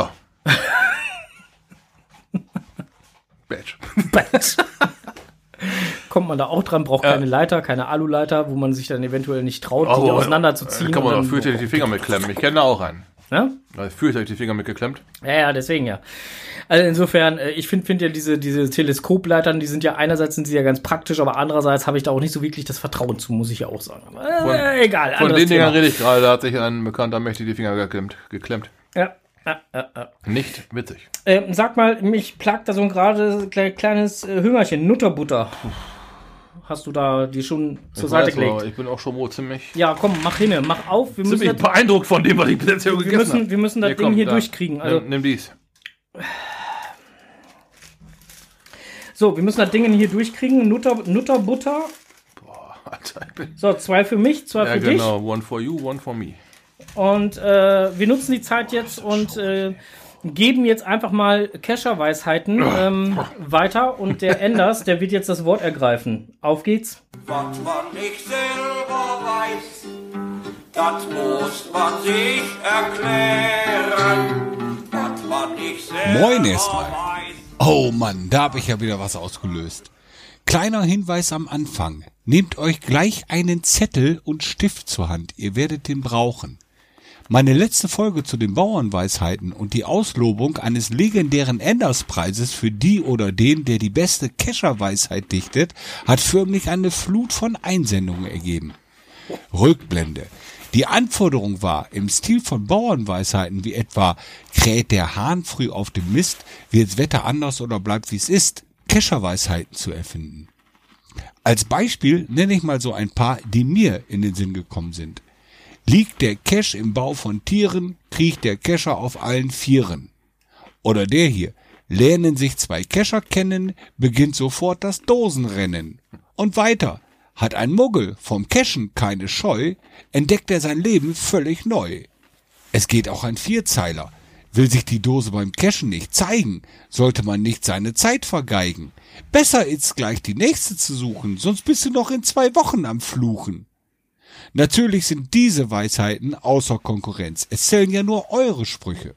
Badge. Kommt man da auch dran, braucht keine Leiter, keine Aluleiter, wo man sich dann eventuell nicht traut, die auseinanderzuziehen. Kann man doch fürchterlich die Finger mitklemmen. Ich kenne da auch einen. Ja? Da ist fürchterlich die Finger mitgeklemmt. Ja, deswegen ja. Also insofern, ich finde ja diese Teleskopleitern, die sind ja einerseits sind sie ja ganz praktisch, aber andererseits habe ich da auch nicht so wirklich das Vertrauen zu, muss ich ja auch sagen. Aber, egal. Von den Dingern rede ich gerade, da hat sich ein Bekannter mächtig die Finger geklemmt. Ja. Nicht witzig. Sag mal, mich plagt da so ein gerade kleines Hüngerchen, Nutterbutter. Hast du da die schon zur Seite gelegt? Ich bin auch schon wohl ziemlich... Ja, komm, mach hin, mach auf. Wir ziemlich beeindruckt von dem, was ich bis jetzt hier gegessen habe. Wir müssen das Ding hier durchkriegen. Also, nimm dies. So, wir müssen das Ding hier durchkriegen. Nutterbutter. Boah, Alter, ich bin... So, 2 für mich, 2 für dich. Ja, genau. One for you, one for me. Und wir nutzen die Zeit jetzt und geben jetzt einfach mal Cacher-Weisheiten weiter. Und der Enders, der wird jetzt das Wort ergreifen. Auf geht's. Was man nicht selber weiß, das muss man sich erklären. Was man nicht selber Moin erstmal. weiß. Oh Mann, da habe ich ja wieder was ausgelöst. Kleiner Hinweis am Anfang. Nehmt euch gleich einen Zettel und Stift zur Hand. Ihr werdet den brauchen. Meine letzte Folge zu den Bauernweisheiten und die Auslobung eines legendären Enderspreises für die oder den, der die beste Kescherweisheit dichtet, hat förmlich eine Flut von Einsendungen ergeben. Rückblende. Die Anforderung war, im Stil von Bauernweisheiten wie etwa kräht der Hahn früh auf dem Mist, wird's Wetter anders oder bleibt wie es ist, Kescherweisheiten zu erfinden. Als Beispiel nenne ich mal so ein paar, die mir in den Sinn gekommen sind. Liegt der Kesch im Bau von Tieren, kriecht der Kescher auf allen Vieren. Oder der hier. Lernen sich zwei Kescher kennen, beginnt sofort das Dosenrennen. Und weiter. Hat ein Muggel vom Cashen keine Scheu, entdeckt er sein Leben völlig neu. Es geht auch ein Vierzeiler. Will sich die Dose beim Cashen nicht zeigen, sollte man nicht seine Zeit vergeigen. Besser ist gleich die nächste zu suchen, sonst bist du noch in 2 Wochen am Fluchen. Natürlich sind diese Weisheiten außer Konkurrenz. Es zählen ja nur eure Sprüche.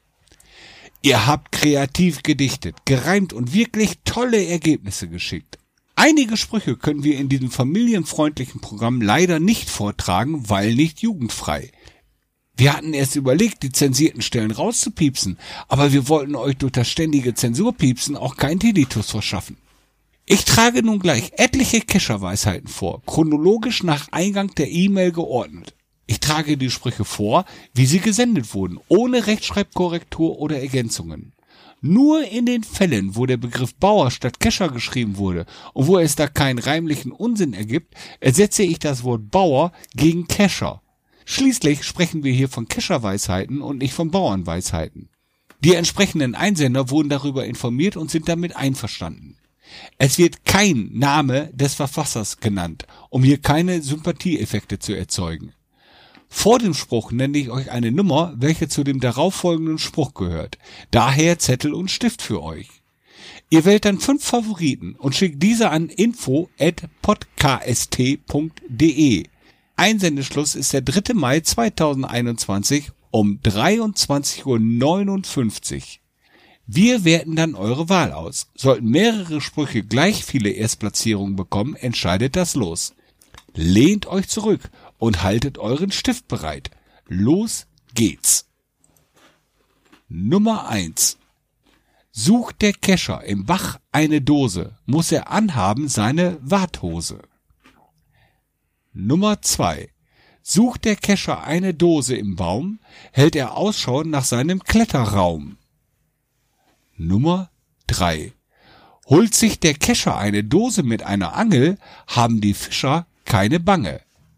Ihr habt kreativ gedichtet, gereimt und wirklich tolle Ergebnisse geschickt. Einige Sprüche können wir in diesem familienfreundlichen Programm leider nicht vortragen, weil nicht jugendfrei. Wir hatten erst überlegt, die zensierten Stellen rauszupiepsen, aber wir wollten euch durch das ständige Zensurpiepsen auch keinen Tinnitus verschaffen. Ich trage nun gleich etliche Kescherweisheiten vor, chronologisch nach Eingang der E-Mail geordnet. Ich trage die Sprüche vor, wie sie gesendet wurden, ohne Rechtschreibkorrektur oder Ergänzungen. Nur in den Fällen, wo der Begriff Bauer statt Kescher geschrieben wurde und wo es da keinen reimlichen Unsinn ergibt, ersetze ich das Wort Bauer gegen Kescher. Schließlich sprechen wir hier von Kescherweisheiten und nicht von Bauernweisheiten. Die entsprechenden Einsender wurden darüber informiert und sind damit einverstanden. Es wird kein Name des Verfassers genannt, um hier keine Sympathieeffekte zu erzeugen. Vor dem Spruch nenne ich euch eine Nummer, welche zu dem darauffolgenden Spruch gehört. Daher Zettel und Stift für euch. Ihr wählt dann 5 Favoriten und schickt diese an info@podcast.de. Einsendeschluss ist der 3. Mai 2021 um 23:59 Uhr. Wir werten dann eure Wahl aus. Sollten mehrere Sprüche gleich viele Erstplatzierungen bekommen, entscheidet das Los. Lehnt euch zurück und haltet euren Stift bereit. Los geht's. Nummer 1. Sucht der Kescher im Bach eine Dose, muss er anhaben seine Warthose. Nummer 2. Sucht der Kescher eine Dose im Baum, hält er Ausschau nach seinem Kletterraum. Nummer 3. Holt sich der Kescher eine Dose mit einer Angel, haben die Fischer keine Bange.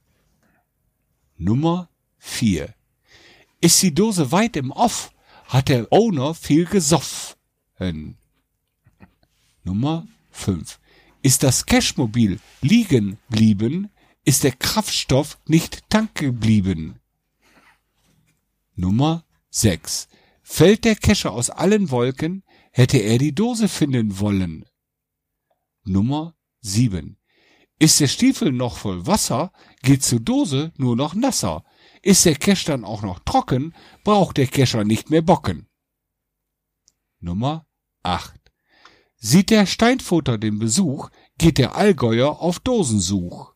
Nummer 4. Ist die Dose weit im Off, hat der Owner viel gesoffen. Nummer 5. Ist das Cashmobil liegen blieben, ist der Kraftstoff nicht tank geblieben. Nummer 6. Fällt der Kescher aus allen Wolken, hätte er die Dose finden wollen. Nummer 7. Ist der Stiefel noch voll Wasser, geht zur Dose nur noch nasser. Ist der Cash dann auch noch trocken, braucht der Kescher nicht mehr bocken. Nummer 8. Sieht der Steinfutter den Besuch, geht der Allgäuer auf Dosensuch.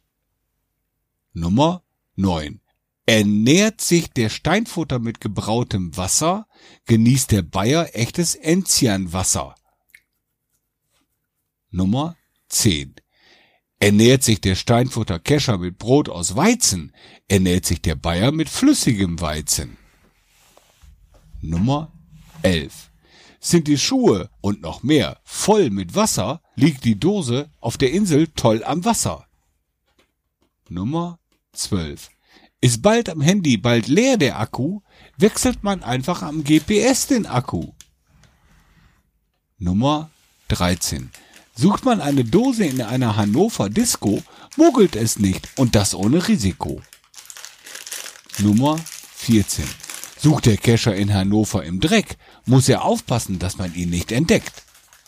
Nummer 9. Ernährt sich der Steinfutter mit gebrautem Wasser, genießt der Bayer echtes Enzianwasser. Nummer 10. Ernährt sich der Steinfutter Kescher mit Brot aus Weizen, ernährt sich der Bayer mit flüssigem Weizen. Nummer 11. Sind die Schuhe und noch mehr voll mit Wasser, liegt die Dose auf der Insel toll am Wasser. Nummer 12. Ist bald am Handy bald leer der Akku, wechselt man einfach am GPS den Akku. Nummer 13. Sucht man eine Dose in einer Hannover Disco, muggelt es nicht und das ohne Risiko. Nummer 14. Sucht der Kescher in Hannover im Dreck, muss er aufpassen, dass man ihn nicht entdeckt.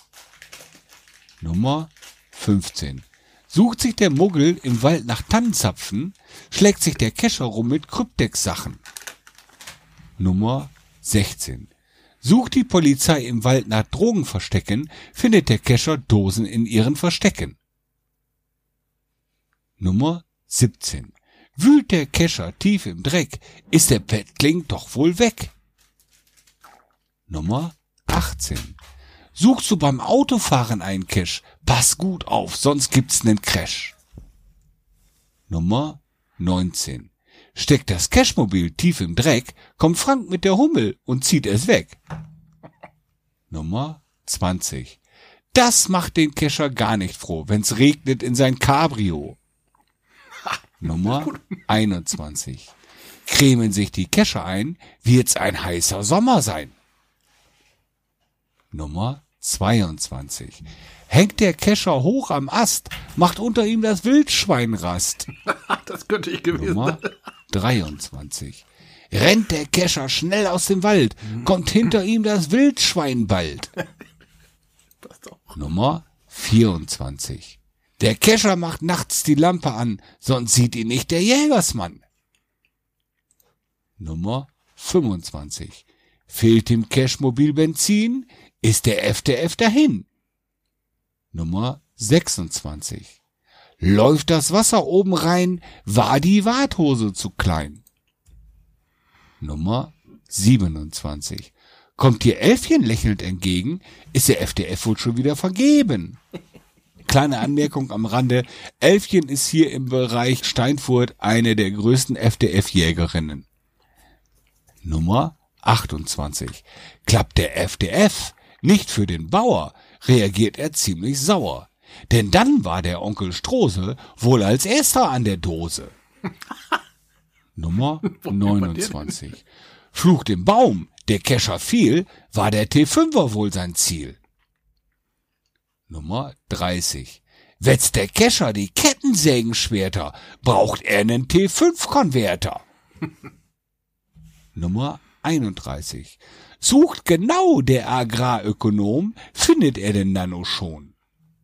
Nummer 15. Sucht sich der Muggel im Wald nach Tannenzapfen, schlägt sich der Kescher rum mit Kryptex-Sachen. Nummer 16. Sucht die Polizei im Wald nach Drogenverstecken, findet der Kescher Dosen in ihren Verstecken. Nummer 17. Wühlt der Kescher tief im Dreck, ist der Fettling doch wohl weg. Nummer 18. Suchst du beim Autofahren einen Cash, pass gut auf, sonst gibt's nen Crash. Nummer 19. Steckt das Cashmobil tief im Dreck, kommt Frank mit der Hummel und zieht es weg. Nummer 20. Das macht den Kescher gar nicht froh, wenn's regnet in sein Cabrio. Nummer 21. Cremen sich die Kescher ein, wird's ein heißer Sommer sein. Nummer 22. Hängt der Kescher hoch am Ast, macht unter ihm das Wildschwein Rast. Das könnte ich gewesen Nummer 23. Rennt der Kescher schnell aus dem Wald, kommt hinter ihm das Wildschwein bald. Nummer 24. Der Kescher macht nachts die Lampe an, sonst sieht ihn nicht der Jägersmann. Nummer 25. Fehlt dem Cashmobil Benzin, ist der FDF dahin. Nummer 26. Läuft das Wasser oben rein, war die Warthose zu klein. Nummer 27. Kommt dir Elfchen lächelnd entgegen, ist der FDF wohl schon wieder vergeben. Kleine Anmerkung am Rande, Elfchen ist hier im Bereich Steinfurt eine der größten FDF-Jägerinnen. Nummer 28. Klappt der FDF nicht für den Bauer, reagiert er ziemlich sauer. Denn dann war der Onkel Strose wohl als erster an der Dose. Nummer 29. Flucht im Baum, der Kescher fiel, war der T5er wohl sein Ziel. Nummer 30. Wetzt der Kescher die Kettensägenschwerter, braucht er einen T5-Konverter. Nummer 31. Sucht genau der Agrarökonom, findet er den Nano schon.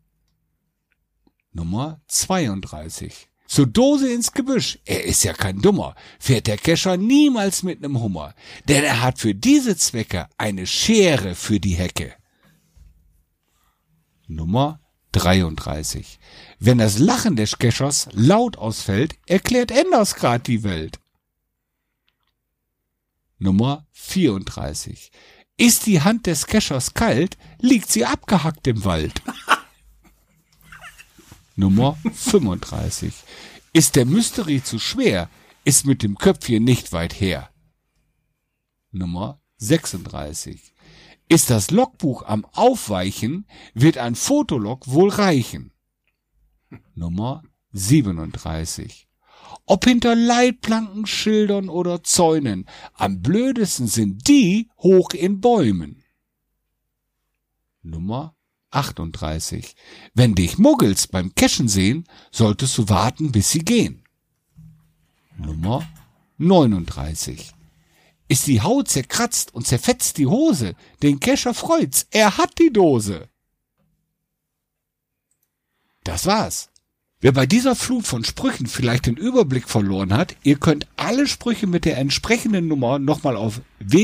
Nummer 32. Zur Dose ins Gebüsch, er ist ja kein Dummer, fährt der Kescher niemals mit nem Hummer, denn er hat für diese Zwecke eine Schere für die Hecke. Nummer 33. Wenn das Lachen des Keschers laut ausfällt, erklärt Enders grad die Welt. Nummer 34. Ist die Hand des Keschers kalt, liegt sie abgehackt im Wald. Nummer 35. Ist der Mystery zu schwer, ist mit dem Köpfchen nicht weit her. Nummer 36. Ist das Logbuch am Aufweichen, wird ein Fotolog wohl reichen. Nummer 37. Ob hinter Leitplanken, Schildern oder Zäunen, am blödesten sind die hoch in Bäumen. Nummer 38. Wenn dich Muggels beim Cashen sehen, solltest du warten, bis sie gehen. Nummer 39. Ist die Haut zerkratzt und zerfetzt die Hose, den Kescher freut's, er hat die Dose. Das war's. Wer bei dieser Flut von Sprüchen vielleicht den Überblick verloren hat, ihr könnt alle Sprüche mit der entsprechenden Nummer nochmal auf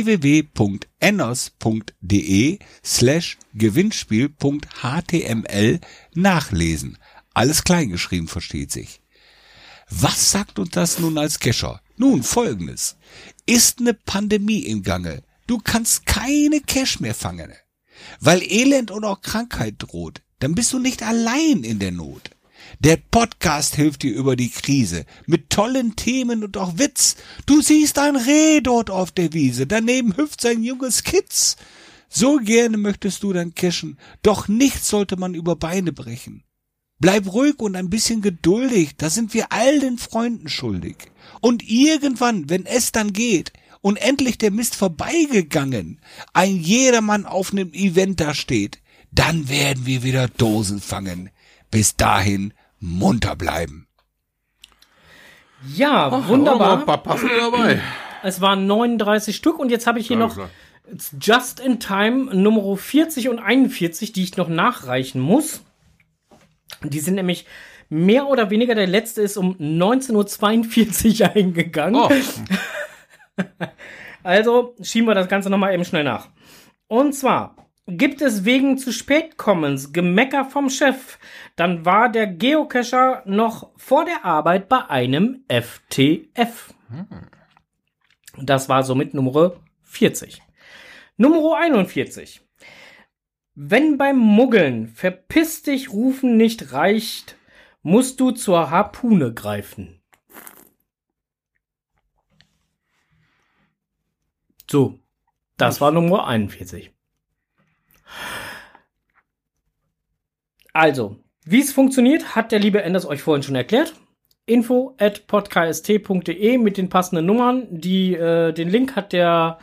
www.enders.de/gewinnspiel.html nachlesen. Alles kleingeschrieben, versteht sich. Was sagt uns das nun als Kescher? Nun, Folgendes. Ist eine Pandemie im Gange. Du kannst keine Cash mehr fangen. Weil Elend oder auch Krankheit droht, dann bist du nicht allein in der Not. Der Podcast hilft dir über die Krise mit tollen Themen und auch Witz. Du siehst ein Reh dort auf der Wiese, daneben hüpft sein junges Kitz. So gerne möchtest du dann cashen, doch nichts sollte man über Beine brechen. Bleib ruhig und ein bisschen geduldig, da sind wir all den Freunden schuldig. Und irgendwann, wenn es dann geht und endlich der Mist vorbeigegangen, ein jedermann auf nem Event da steht, dann werden wir wieder Dosen fangen. Bis dahin munter bleiben. Ja, wunderbar. Ein paar passende dabei. Es waren 39 Stück und jetzt habe ich hier noch Just in Time Nummer 40 und 41, die ich noch nachreichen muss. Die sind nämlich mehr oder weniger, der letzte ist um 19:42 Uhr eingegangen. Oh. Also schieben wir das Ganze nochmal eben schnell nach. Und zwar Gibt es wegen zu spät kommens Gemecker vom Chef, dann war der Geocacher noch vor der Arbeit bei einem FTF. Das war somit Nummer 40. Nummer 41. Wenn beim Muggeln verpiss dich rufen nicht reicht, musst du zur Harpune greifen. So, das war Nummer 41. Also, wie es funktioniert, hat der liebe Enders euch vorhin schon erklärt. info@podkst.de mit den passenden Nummern. Den Link hat der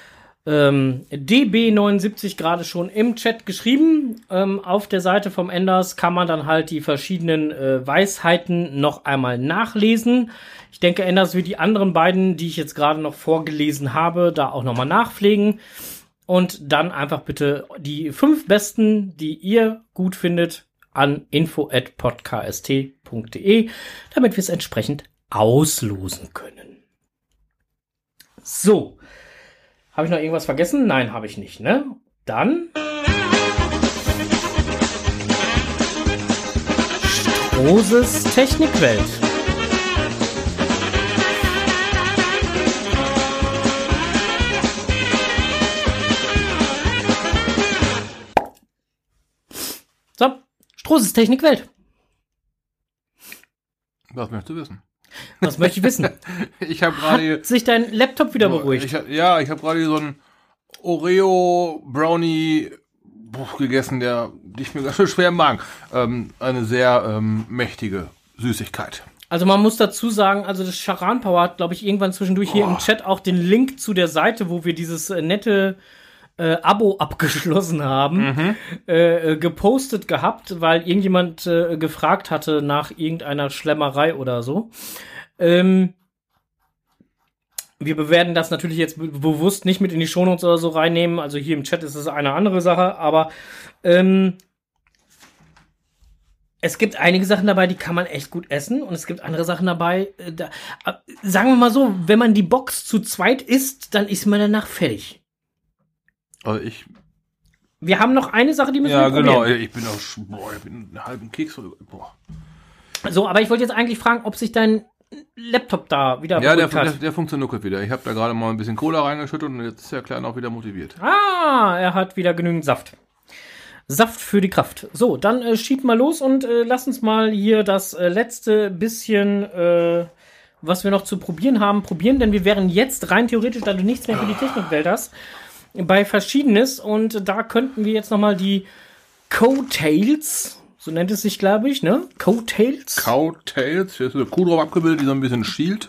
DB79 gerade schon im Chat geschrieben. Auf der Seite vom Enders kann man dann halt die verschiedenen Weisheiten noch einmal nachlesen. Ich denke, Enders wird die anderen beiden, die ich jetzt gerade noch vorgelesen habe, da auch nochmal nachpflegen. Und dann einfach bitte die 5 besten, die ihr gut findet, an info@podkst.de, damit wir es entsprechend auslosen können. So. Habe ich noch irgendwas vergessen? Nein, habe ich nicht, ne? Dann Strohses Technikwelt. So, Strohses Technikwelt. Was möchtest du wissen? Was möchte ich wissen? Ich habe gerade... Hat sich dein Laptop wieder beruhigt? Ich habe gerade so einen Oreo-Brownie gegessen, der liegt mir ganz schön schwer im Magen. Eine sehr mächtige Süßigkeit. Also man muss dazu sagen, also das Charan Power hat, glaube ich, irgendwann zwischendurch hier im Chat auch den Link zu der Seite, wo wir dieses nette Abo abgeschlossen haben, gepostet gehabt, weil irgendjemand gefragt hatte nach irgendeiner Schlemmerei oder so. Wir werden das natürlich jetzt bewusst nicht mit in die Shownotes oder so reinnehmen. Also hier im Chat ist es eine andere Sache, aber es gibt einige Sachen dabei, die kann man echt gut essen, und es gibt andere Sachen dabei, sagen wir mal so, wenn man die Box zu zweit isst, dann ist man danach fertig. Also wir haben noch eine Sache, die müssen wir probieren. Ja, genau. Ich bin einen halben Keks. So, aber ich wollte jetzt eigentlich fragen, ob sich dein Laptop da wieder beruhigt hat. Der funktioniert wieder. Ich habe da gerade mal ein bisschen Cola reingeschüttet und jetzt ist der Kleine auch wieder motiviert. Ah, er hat wieder genügend Saft. Saft für die Kraft. So, dann schieb mal los und lass uns mal hier das letzte bisschen, was wir noch zu probieren haben, probieren. Denn wir wären jetzt rein theoretisch, da du nichts mehr für die Technikwelt hast, bei Verschiedenes, und da könnten wir jetzt nochmal die Coattails, so nennt es sich, glaube ich, ne? Coattails? Coattails, hier ist eine Kuh drauf abgebildet, die so ein bisschen schielt.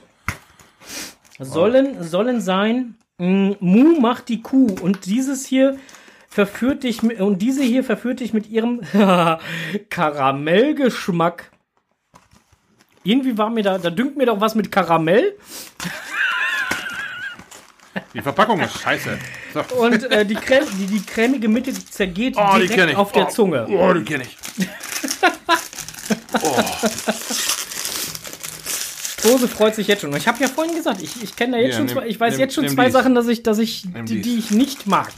Sollen sein, Mu macht die Kuh, und dieses hier verführt dich diese hier verführt dich mit ihrem Karamellgeschmack. Irgendwie war mir da dünkt mir doch was mit Karamell. Die Verpackung ist scheiße. So. Und die cremige Mitte zergeht direkt auf der Zunge. Oh, die kenne ich. Strose freut sich jetzt schon. Ich habe ja vorhin gesagt, ich kenne da jetzt schon zwei, ich weiß jetzt schon zwei Sachen, die ich nicht mag.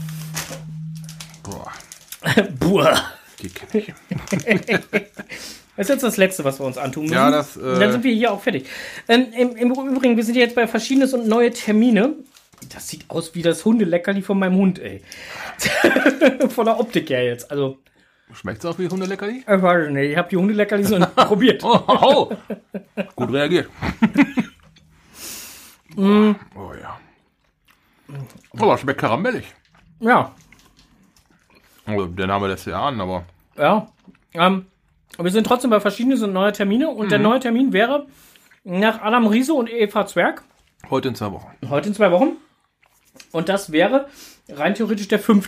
Buah. Die kenne ich. Das ist jetzt das Letzte, was wir uns antun müssen. Ja, und dann sind wir hier auch fertig. Im Übrigen, wir sind jetzt bei Verschiedenes und neue Termine. Das sieht aus wie das Hundeleckerli von meinem Hund, ey. Von der Optik her jetzt. Also. Schmeckt's auch wie Hundeleckerli? Ich weiß nicht. Ich habe die Hundeleckerli so probiert. Oh. Gut reagiert. Oh ja. Aber schmeckt karamellig. Ja. Also, der Name lässt ja an, aber. Ja. Wir sind trotzdem bei Verschiedenes und neue Termine. Und der neue Termin wäre nach Adam Riese und Eva Zwerg. Heute in 2 Wochen. Heute in 2 Wochen. Und das wäre rein theoretisch der 5.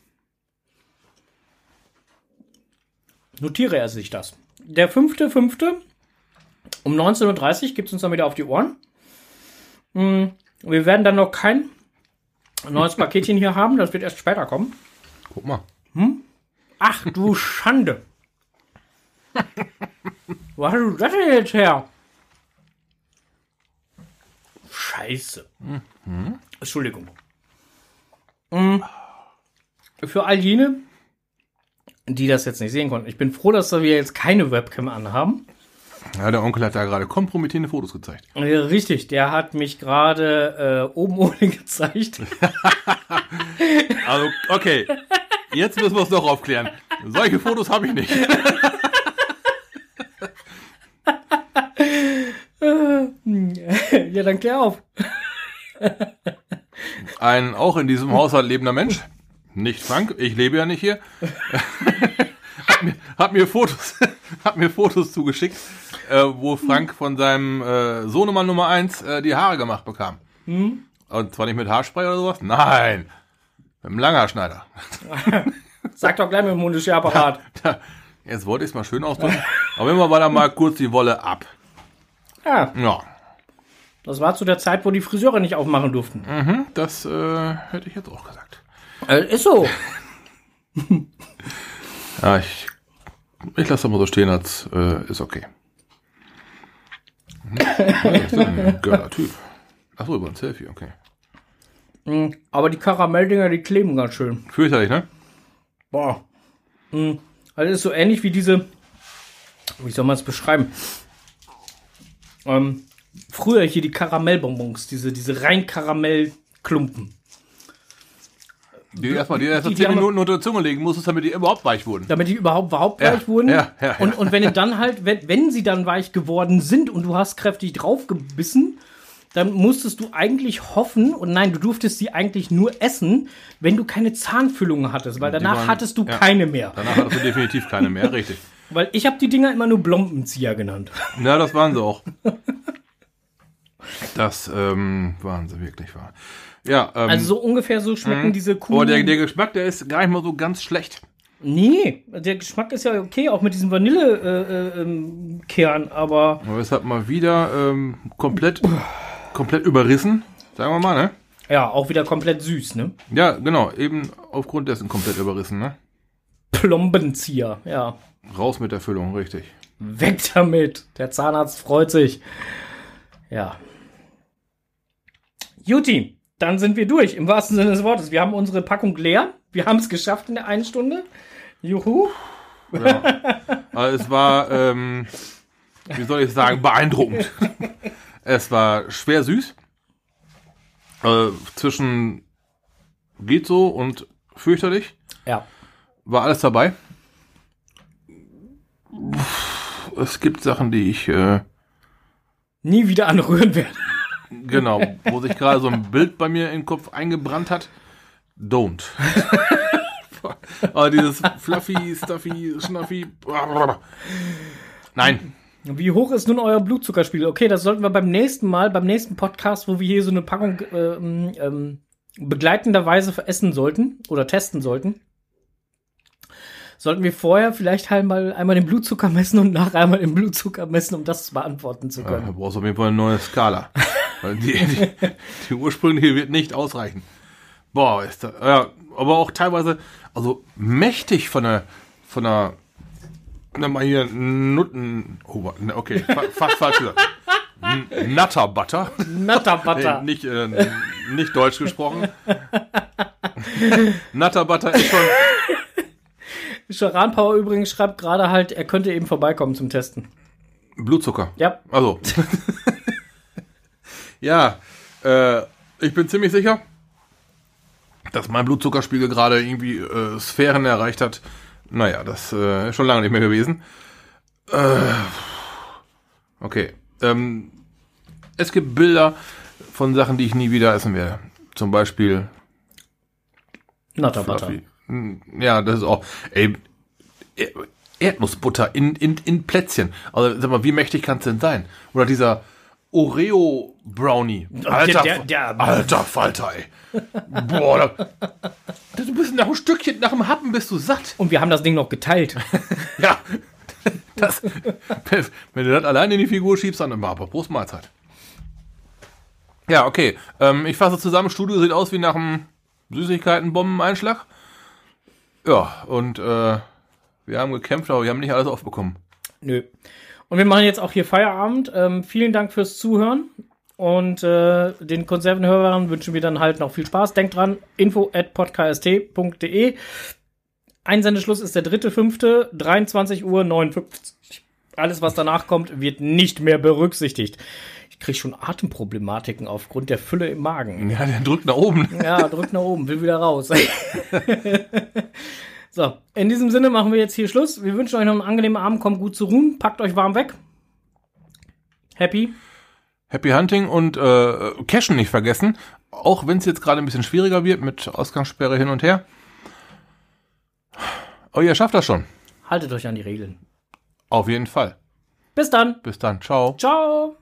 Notiere er sich das. Der 5.5. um 19:30 Uhr gibt es uns dann wieder auf die Ohren. Wir werden dann noch kein neues Paketchen hier haben. Das wird erst später kommen. Guck mal. Ach du Schande. Wo hast du das denn jetzt her? Scheiße. Entschuldigung. für all jene, die das jetzt nicht sehen konnten, ich bin froh, dass wir jetzt keine Webcam anhaben. Ja, der Onkel hat da gerade kompromittierende Fotos gezeigt. Richtig, der hat mich gerade oben ohne gezeigt. Also, okay. Jetzt müssen wir es doch aufklären. Solche Fotos habe ich nicht. Ja, dann klär auf. Ein auch in diesem Haushalt lebender Mensch, nicht Frank, ich lebe ja nicht hier, hat mir Fotos zugeschickt, wo Frank von seinem Sohnemann Nummer 1 die Haare gemacht bekam. Und zwar nicht mit Haarspray oder sowas, nein, mit einem Langhaarschneider. Sag doch gleich mit dem Hundeschärapparat. Jetzt wollte ich es mal schön ausdrücken, aber immer war da mal kurz die Wolle ab. Ja, Ja, das war zu der Zeit, wo die Friseure nicht aufmachen durften. das hätte ich jetzt auch gesagt. Ist so. Ja, ich lasse das mal so stehen, als ist okay. Das ist ein geiler Typ. Achso, über ein Selfie, okay. Aber die Karamelldinger, die kleben ganz schön. Fürchterlich, ne? Boah. Also das ist so ähnlich wie diese, wie soll man es beschreiben? Früher hier die Karamellbonbons, diese rein Karamellklumpen. Die erstmal 10 die haben- Minuten unter der Zunge legen musstest, damit die überhaupt weich wurden. Damit die überhaupt Ja, weich wurden. ja. Und wenn du dann halt, wenn sie dann weich geworden sind und du hast kräftig draufgebissen, dann musstest du eigentlich hoffen, und nein, du durftest sie eigentlich nur essen, wenn du keine Zahnfüllungen hattest, weil danach hattest du keine mehr. Danach hattest du definitiv keine mehr, richtig. Weil ich habe die Dinger immer nur Blombenzieher genannt. Ja, das waren sie auch. Das waren sie wirklich wahr. Ja, Also so ungefähr so schmecken diese Kuchen. aber der Geschmack, der ist gar nicht mal so ganz schlecht. Nee, der Geschmack ist ja okay, auch mit diesem Vanillekern, aber Aber es hat mal wieder komplett überrissen, sagen wir mal, ne? ja, auch wieder komplett süß, ne? Ja, genau, eben aufgrund dessen komplett überrissen, ne? Plombenzieher, ja. Raus mit der Füllung, richtig. Weg damit. Der Zahnarzt freut sich. Ja. Juti, dann sind wir durch, im wahrsten Sinne des Wortes. Wir haben unsere Packung leer. Wir haben es geschafft in der 1 Stunde. Juhu. Also es war, wie soll ich sagen, beeindruckend. Es war schwer süß. Zwischen geht so und fürchterlich. Ja. War alles dabei. Es gibt Sachen, die ich, Nie wieder anrühren werde. genau, wo sich gerade so ein Bild bei mir im Kopf eingebrannt hat. Don't. Aber dieses Fluffy, Stuffy, Schnuffy. Nein. Wie hoch ist nun euer Blutzuckerspiegel? Okay, das sollten wir beim nächsten Podcast, wo wir hier so eine Packung begleitenderweise essen sollten oder testen sollten, sollten wir vorher vielleicht halt mal einmal den Blutzucker messen und nachher einmal den Blutzucker messen, um das beantworten zu können. Du brauchst auf jeden Fall eine neue Skala. Weil die ursprüngliche wird nicht ausreichen. Boah, ist da, ja, aber auch teilweise, also mächtig von der mal hier Nutten, oh, okay, fast falsch gesagt. Nutter Butter. Nutter Butter. Nicht deutsch gesprochen. Nutter Butter ist schon. Sharan Power übrigens schreibt gerade halt, er könnte eben vorbeikommen zum Testen. Blutzucker. Ja. Also. Ja, ich bin ziemlich sicher, dass mein Blutzuckerspiegel gerade irgendwie Sphären erreicht hat. Naja, das ist schon lange nicht mehr gewesen. Okay. Es gibt Bilder von Sachen, die ich nie wieder essen werde. Zum Beispiel Nutter Butter. Fluffy. Ja, das ist auch. Ey, Erdnussbutter in Plätzchen. Also sag mal, wie mächtig kann es denn sein? Oder dieser Oreo Brownie. Alter Falter, ey. Boah, du bist nach einem Stückchen, nach einem Happen bist du satt. Und wir haben das Ding noch geteilt. Ja. Wenn du das alleine in die Figur schiebst, dann aber Prost Mahlzeit. Ja, okay. Ich fasse zusammen, Studio sieht aus wie nach einem Süßigkeiten-Bombeneinschlag. Ja, und wir haben gekämpft, aber wir haben nicht alles aufbekommen. Nö. Und wir machen jetzt auch hier Feierabend. Vielen Dank fürs Zuhören. Und den Konservenhörern wünschen wir dann halt noch viel Spaß. Denkt dran, info@podcast.de. Einsendeschluss ist der 3.5., 23:59 Uhr. Alles, was danach kommt, wird nicht mehr berücksichtigt. Ich kriege schon Atemproblematiken aufgrund der Fülle im Magen. Ja, der drückt nach oben. Ja, drückt nach oben, will wieder raus. So, in diesem Sinne machen wir jetzt hier Schluss. Wir wünschen euch noch einen angenehmen Abend, kommt gut zur Ruhe, packt euch warm weg. Happy Hunting und Cashen nicht vergessen. Auch wenn es jetzt gerade ein bisschen schwieriger wird mit Ausgangssperre hin und her. Oh, ihr schafft das schon. Haltet euch an die Regeln. Auf jeden Fall. Bis dann. Bis dann. Ciao. Ciao.